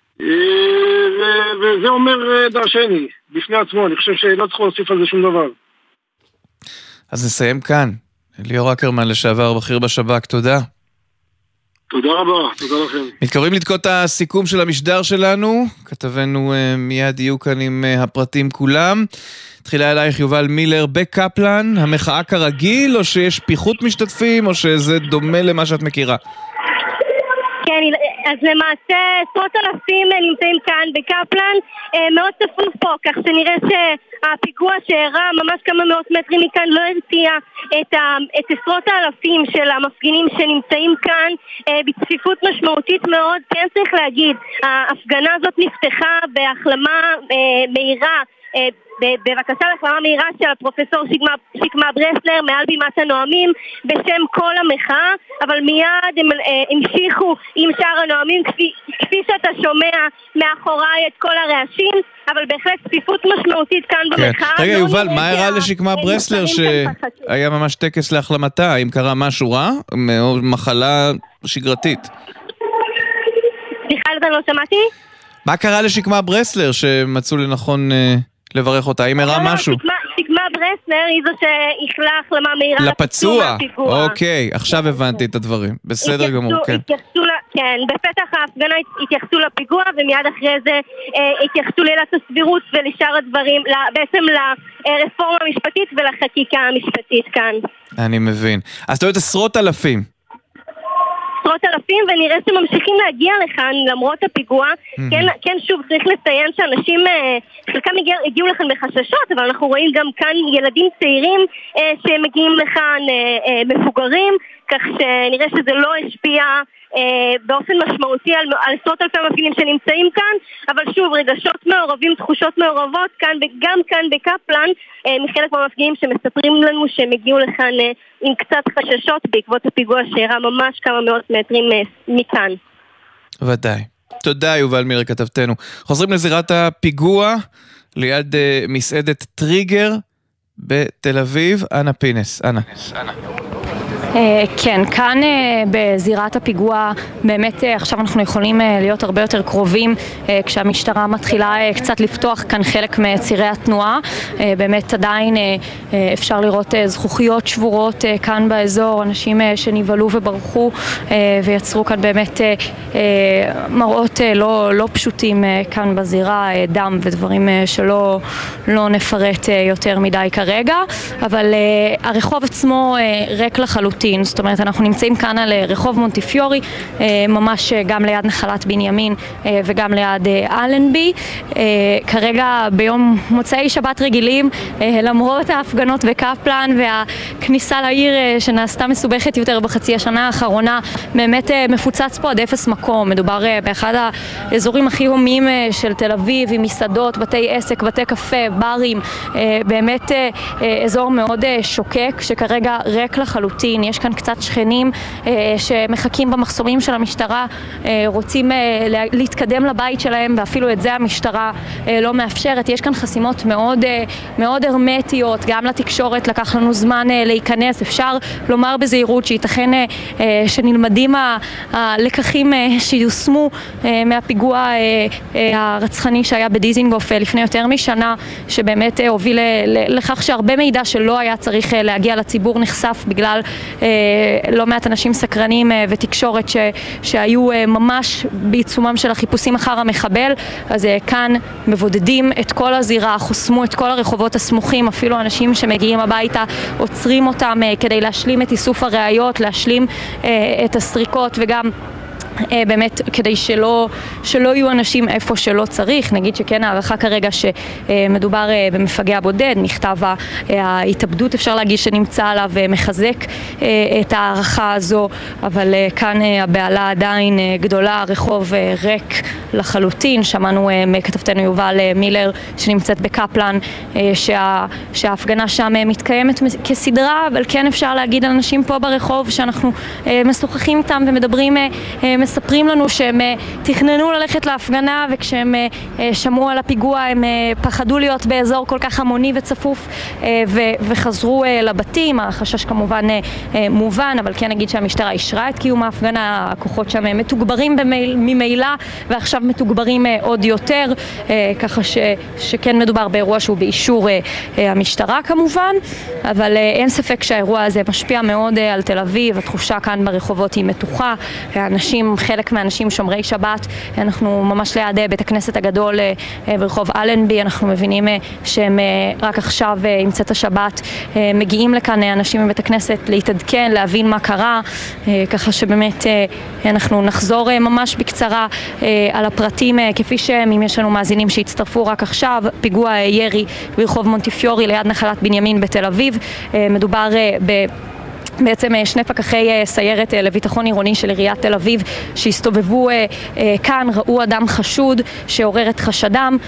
וזה אומר דרשני בפני עצמו. אני חושב שלא צריך להוסיף על זה שום דבר. אז נסיים כאן. ליאור אקרמן, לשעבר בכיר בשב"כ, תודה. תודה רבה, תודה לכם. מתקרבים לתקות הסיכום של המשדר שלנו, כתבנו מיד יהיו כאן עם הפרטים כולם. תחילה אלייך יובל מילר בקפלן, המחאה כרגיל, או שיש פיחות משתתפים, או שזה דומה למה שאת מכירה? כן, אז למעשה עשרות אלפים נמצאים כאן בקפלן, מאוד צפוף פה, כך שנראה שהפיגוע שהראה ממש כמה מאות מטרים מכאן לא הרתיע את, את עשרות האלפים של המפגינים שנמצאים כאן בצפיפות משמעותית מאוד. כן, צריך להגיד, ההפגנה הזאת נפתחה בהחלמה מהירה, בבקשה להחלמה מהירה של הפרופסור שקמה, שקמה ברסלר מעל בימת הנואמים בשם כל המחאה, אבל מיד הם אה, המשיכו עם שאר הנואמים כפי, כפי שאתה שומע מאחוריי את כל הרעשים, אבל בהחלט צפיפות משמעותית כאן במחאה. רגע לא יובל, מה הראה לשקמה ברסלר שהיה ממש טקס להחלמתה? אם קרה משהו רע או מחלה שגרתית? בכלל אתה לא שמעתי? מה קרה לשקמה ברסלר שמצאו לנכון... לברך אותה, אם הראה משהו. שקמה ברסלר היא זו שאיחלה החלמה מהירה לפצוע. אוקיי, עכשיו הבנתי את הדברים. בסדר גמור, כן. כן, בפתח ההפגנה התייחסו לפיגוע, ומיד אחרי זה התייחסו לעילת הסבירות ולשאר הדברים, בעצם לרפורמה המשפטית ולחקיקה המשפטית כאן. אני מבין. אז אתה יודעת עשרות אלפים. עשרות אלפים, ונראה שממשיכים להגיע לכאן למרות הפיגוע. כן, כן, שוב, צריך לציין שאנשים, חלקם הגיע, הגיעו לכאן בחששות, אבל אנחנו רואים גם כאן ילדים צעירים שמגיעים לכאן, מבוגרים, כך שנראה שזה לא השפיע באופן משמעותי על, על עשרות אלפי המפגינים שנמצאים כאן, אבל שוב, רגשות מעורבים, תחושות מעורבות כאן, וגם כאן בקפלן, מחלק מהמפגינים שמספרים לנו שהם הגיעו לכאן עם קצת חששות בעקבות הפיגוע שאירע ממש כמה מאות מטרים מכאן. ודאי. תודה יובל מירי כתבתנו. חוזרים לזירת הפיגוע ליד uh, מסעדת טריגר בתל אביב. אנה פינס, אנה. אנה. כן, כאן בזירת הפיגוע באמת עכשיו אנחנו יכולים להיות הרבה יותר קרובים כשהמשטרה מתחילה קצת לפתוח כאן חלק מצירי התנועה. באמת עדיין אפשר לראות זכוכיות שבורות כאן באזור, אנשים שניבלו וברחו ויצרו כאן באמת מראות לא, לא פשוטים כאן בזירה, דם ודברים שלא לא נפרט יותר מדי כרגע, אבל הרחוב עצמו ריק לחלוטין. זאת אומרת, אנחנו נמצאים כאן על רחוב מונטיפיורי, ממש גם ליד נחלת בנימין וגם ליד אלנבי. כרגע ביום מוצאי שבת רגילים, למרות ההפגנות בקפלן והכניסה לעיר שנעשתה מסובכת יותר בחצי השנה האחרונה, באמת מפוצץ פה עד אפס מקום. מדובר באחד האזורים הכי הומיים של תל אביב, עם מסעדות, בתי עסק, בתי קפה, ברים, באמת אזור מאוד שוקק שכרגע ריק לחלוטין. יש כאן קצת שכנים אה, שמחכים במחסומים של המשטרה, אה, רוצים אה, להתקדם לבית שלהם, ואפילו את זה המשטרה אה, לא מאפשרת. יש כאן חסימות מאוד, אה, מאוד הרמטיות, גם לתקשורת לקח לנו זמן אה, להיכנס. אפשר לומר בזהירות שייתכן אה, אה, שנלמדים ה- הלקחים אה, שיושמו אה, מהפיגוע אה, אה, הרצחני שהיה בדיזינגוף אה, לפני יותר משנה, שבאמת אה, הוביל אה, לכך שהרבה מידע שלא היה צריך אה, להגיע לציבור נחשף בגלל לא מעט אנשים סקרנים ותקשורת ש, שהיו ממש בעיצומם של החיפושים אחר המחבל. אז כאן מבודדים את כל הזירה, חוסמו את כל הרחובות הסמוכים, אפילו אנשים שמגיעים הביתה עוצרים אותם כדי להשלים את איסוף הראיות, להשלים את הסריקות, וגם באמת כדי שלא, שלא יהיו אנשים איפה שלא צריך. נגיד שכן הערכה כרגע שמדובר במפגע בודד, מכתב ההתאבדות אפשר להגיד שנמצא עליו מחזק את הערכה הזו, אבל כאן הבעלה עדיין גדולה, הרחוב ריק לחלוטין. שמענו מכתבתנו יובל מילר שנמצאת בקפלן שה, שההפגנה שם מתקיימת כסדרה, אבל כן אפשר להגיד על אנשים פה ברחוב שאנחנו משוחחים איתם ומדברים, מספרים לנו שהם תכננו ללכת להפגנה, וכשהם שמעו על הפיגוע הם פחדו להיות באזור כל כך המוני וצפוף וחזרו לבתים. החשש כמובן מובן, אבל כן נגיד שהמשטרה אישרה את קיום ההפגנה, הכוחות שם מתוגברים ממילא ועכשיו מתוגברים עוד יותר, ככה ש, שכן מדובר באירוע שהוא באישור המשטרה כמובן, אבל אין ספק שהאירוע הזה משפיע מאוד על תל אביב. התחושה כאן ברחובות היא מתוחה, האנשים, חלק מהאנשים שומרי שבת, אנחנו ממש ליד בית הכנסת הגדול ברחוב אלנבי, אנחנו מבינים שהם רק עכשיו עם צאת השבת מגיעים לכאן אנשים מבית הכנסת להתעדכן, להבין מה קרה, ככה שבאמת אנחנו נחזור ממש בקצרה על הפרטים כפי שהם, אם יש לנו מאזינים שהצטרפו רק עכשיו. פיגוע ירי ברחוב מונטיפיורי ליד נחלת בנימין בתל אביב, מדובר ב... בעצם שני פקחי סיירת לביטחון עירוני של עיריית תל אביב שהסתובבו כאן, ראו אדם חשוד שעורר את חשדם,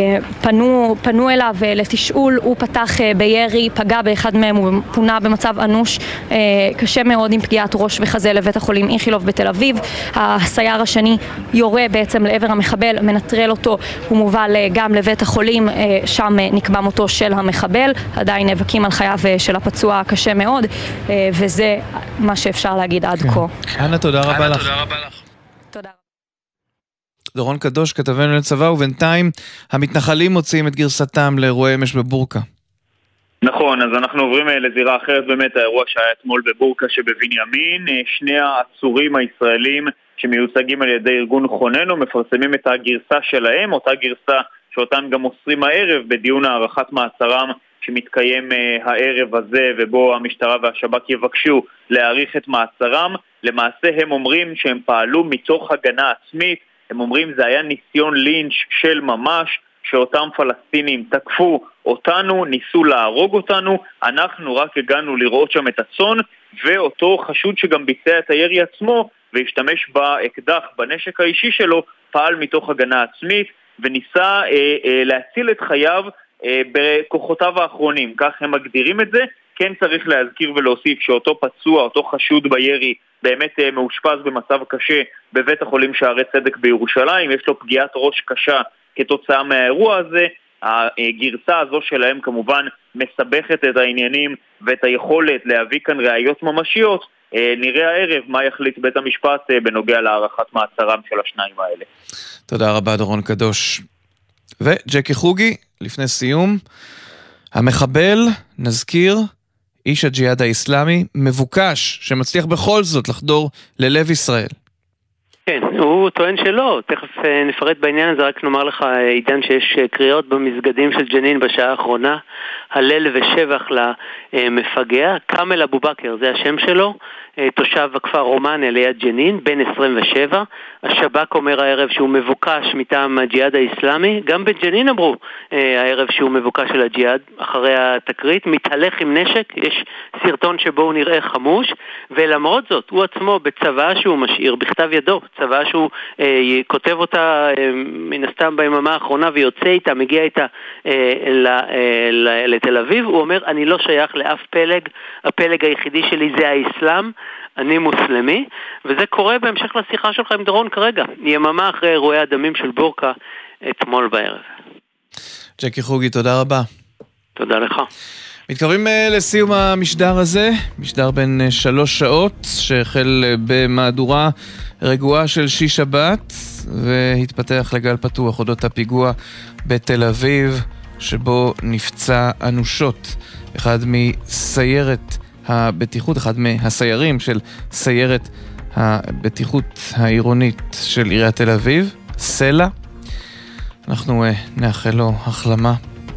פנו, פנו אליו לתשאול, הוא פתח בירי, פגע באחד מהם, הוא פונה במצב אנוש קשה מאוד עם פגיעת ראש וחזה לבית החולים איכילוב בתל אביב. הסייר השני יורה בעצם לעבר המחבל, מנטרל אותו, הוא מובל גם לבית החולים, שם נקבע מותו של המחבל. עדיין נאבקים על חייו של הפצוע קשה מאוד, וזה מה שאפשר להגיד עד כה. אנה, תודה רבה לך. תודה. דורון קדוש, כתבנו לצבא, ובינתיים המתנחלים מוציאים את גרסתם לאירועי אמש בבורקה. נכון, אז אנחנו עוברים לזירה אחרת, באמת האירוע שהיה אתמול בבורקה שבבנימין. שני העצורים הישראלים שמיוצגים על ידי ארגון חוננו מפרסמים את הגרסה שלהם, אותה גרסה שאותן גם מוסרים הערב בדיון הערכת מעצרם שמתקיים הערב הזה, ובו המשטרה והשב"כ יבקשו להאריך את מעצרם. למעשה הם אומרים שהם פעלו מתוך הגנה עצמית, הם אומרים זה היה ניסיון לינץ' של ממש, שאותם פלסטינים תקפו אותנו, ניסו להרוג אותנו, אנחנו רק הגענו לראות שם את הצאן, ואותו חשוד שגם ביצע את הירי עצמו, והשתמש באקדח, בנשק האישי שלו, פעל מתוך הגנה עצמית, וניסה אה, אה, להציל את חייו אה, בכוחותיו האחרונים, כך הם מגדירים את זה. כן צריך להזכיר ולהוסיף שאותו פצוע, אותו חשוד בירי, באמת אה, מאושפז במצב קשה בבית החולים שערי צדק בירושלים, יש לו פגיעת ראש קשה כתוצאה מהאירוע הזה. הגרסה הזו שלהם כמובן מסבכת את העניינים ואת היכולת להביא כאן ראיות ממשיות. נראה הערב מה יחליט בית המשפט בנוגע להארכת מעצרם של השניים האלה. תודה רבה דורון קדוש. וג'קי חוגי, לפני סיום, המחבל, נזכיר, איש הג'יהאד האסלאמי, מבוקש שמצליח בכל זאת לחדור ללב ישראל. כן, הוא טוען שלא, תכף נפרט בעניין הזה, רק נאמר לך עידן שיש קריאות במסגדים של ג'נין בשעה האחרונה, הלל ושבח למפגע, קאמל אבו בכר, זה השם שלו, תושב הכפר רומאנה ליד ג'נין, בן עשרים ושבע, השב"כ אומר הערב שהוא מבוקש מטעם הג'יהאד האסלאמי, גם בג'נין אמרו הערב שהוא מבוקש של הג'יהאד, אחרי התקרית, מתהלך עם נשק, יש סרטון שבו הוא נראה חמוש, ולמרות זאת, הוא עצמו בצבא שהוא משאיר בכתב ידו, צבא שהוא אה, כותב אותה אה, מן הסתם ביממה האחרונה ויוצא איתה, מגיע איתה אה, ל, אה, ל, לתל אביב, הוא אומר אני לא שייך לאף פלג, הפלג היחידי שלי זה האסלאם, אני מוסלמי, וזה קורה בהמשך לשיחה שלך עם דורון כרגע, יממה אחרי אירועי הדמים של בורקה אתמול בערב. ג'קי חוגי, תודה רבה. תודה לך. מתקרבים לסיום המשדר הזה, משדר בין שלוש שעות, שהחל במהדורה רגועה של שיש שבת, והתפתח לגל פתוח אודות הפיגוע בתל אביב, שבו נפצע אנושות אחד מסיירת הבטיחות, אחד מהסיירים של סיירת הבטיחות העירונית של עיריית תל אביב, סלע. אנחנו נאחל לו החלמה.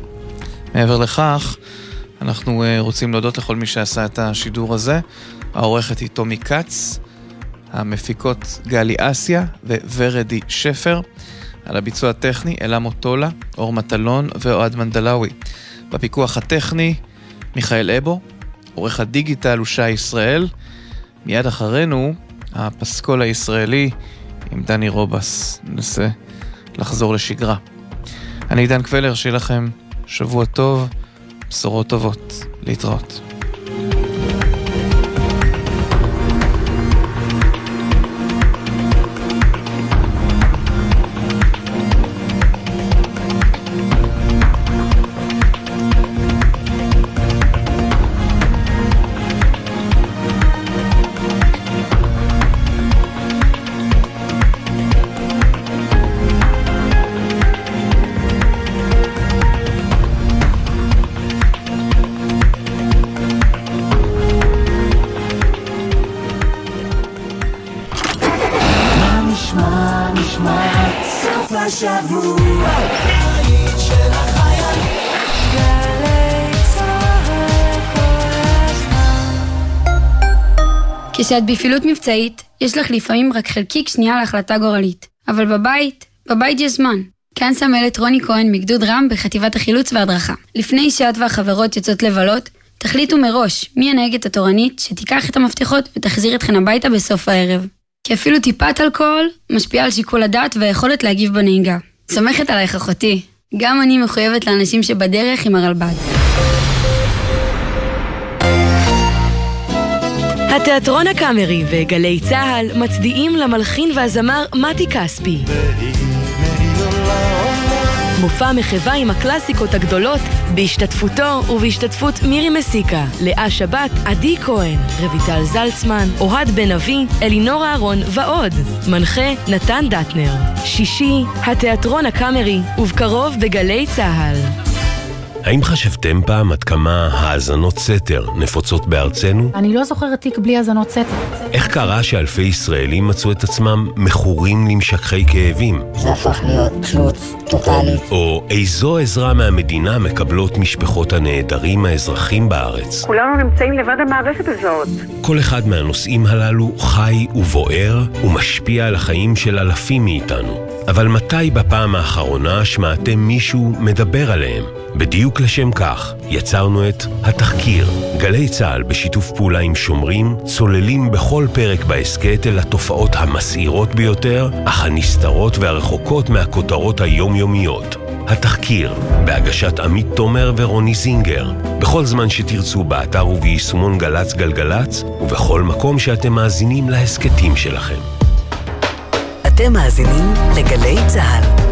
מעבר לכך, אנחנו רוצים להודות לכל מי שעשה את השידור הזה. העורכת היא תומי קץ, המפיקות גלי אסיה וורדי שפר, על הביצוע הטכני אלה מוטולה, אור מטלון ואוהד מנדלאוי. בפיקוח הטכני מיכאל אבו, עורך הדיגיטל הוא שי ישראל. מיד אחרינו הפסקול הישראלי עם דני רובס. ננסה לחזור לשגרה. אני עידן קבלר, שיהיה לכם שבוע טוב, בשורות טובות, להתראות. כשאת בפעילות מבצעית, יש לך לפעמים רק חלקיק שנייה להחלטה גורלית. אבל בבית, בבית יש זמן. כאן סמלת רוני כהן מגדוד רם בחטיבת החילוץ והדרכה. לפני שאת והחברות יוצאות לבלות, תחליטו מראש מי הנהגת התורנית שתיקח את המפתחות ותחזיר אתכן הביתה בסוף הערב. כי אפילו טיפת אלכוהול משפיעה על שיקול הדעת והיכולת להגיב בנהיגה. סומכת עלייך אחותי. גם אני מחויבת לאנשים שבדרך עם הרלב"ד. התיאטרון הקאמרי וגלי צהל מצדיעים למלחין והזמר מתי כספי. מופע מחווה עם הקלאסיקות הגדולות בהשתתפותו ובהשתתפות מירי מסיקה, לאה שבת, עדי כהן, רויטל זלצמן, אוהד בן אבי, אלינור אהרון ועוד. מנחה נתן דטנר. שישי, התיאטרון הקאמרי, ובקרוב בגלי צהל. האם חשבתם פעם עד כמה האזנות סתר נפוצות בארצנו? אני לא זוכרת תיק בלי האזנות סתר. איך קרה שאלפי ישראלים מצאו את עצמם מכורים למשככי כאבים? זה הפך להיות תלות טוטלית. או איזו עזרה מהמדינה מקבלות משפחות הנעדרים האזרחים בארץ? כולנו נמצאים לבד המערכת הזאת. כל אחד מהנושאים הללו חי ובוער ומשפיע על החיים של אלפים מאיתנו. אבל מתי בפעם האחרונה שמעתם מישהו מדבר עליהם? בדיוק לשם כך יצרנו את התחקיר. גלי צהל בשיתוף פעולה עם שומרים צוללים בכל פרק בהסקט אל התופעות המסעירות ביותר, אך הנסתרות והרחוקות מהכותרות היומיומיות. התחקיר, בהגשת עמית תומר ורוני זינגר, בכל זמן שתרצו באתר וביישומון גלץ גלגלץ, ובכל מקום שאתם מאזינים להסקטים שלכם. אתם מאזינים לגלי צהל.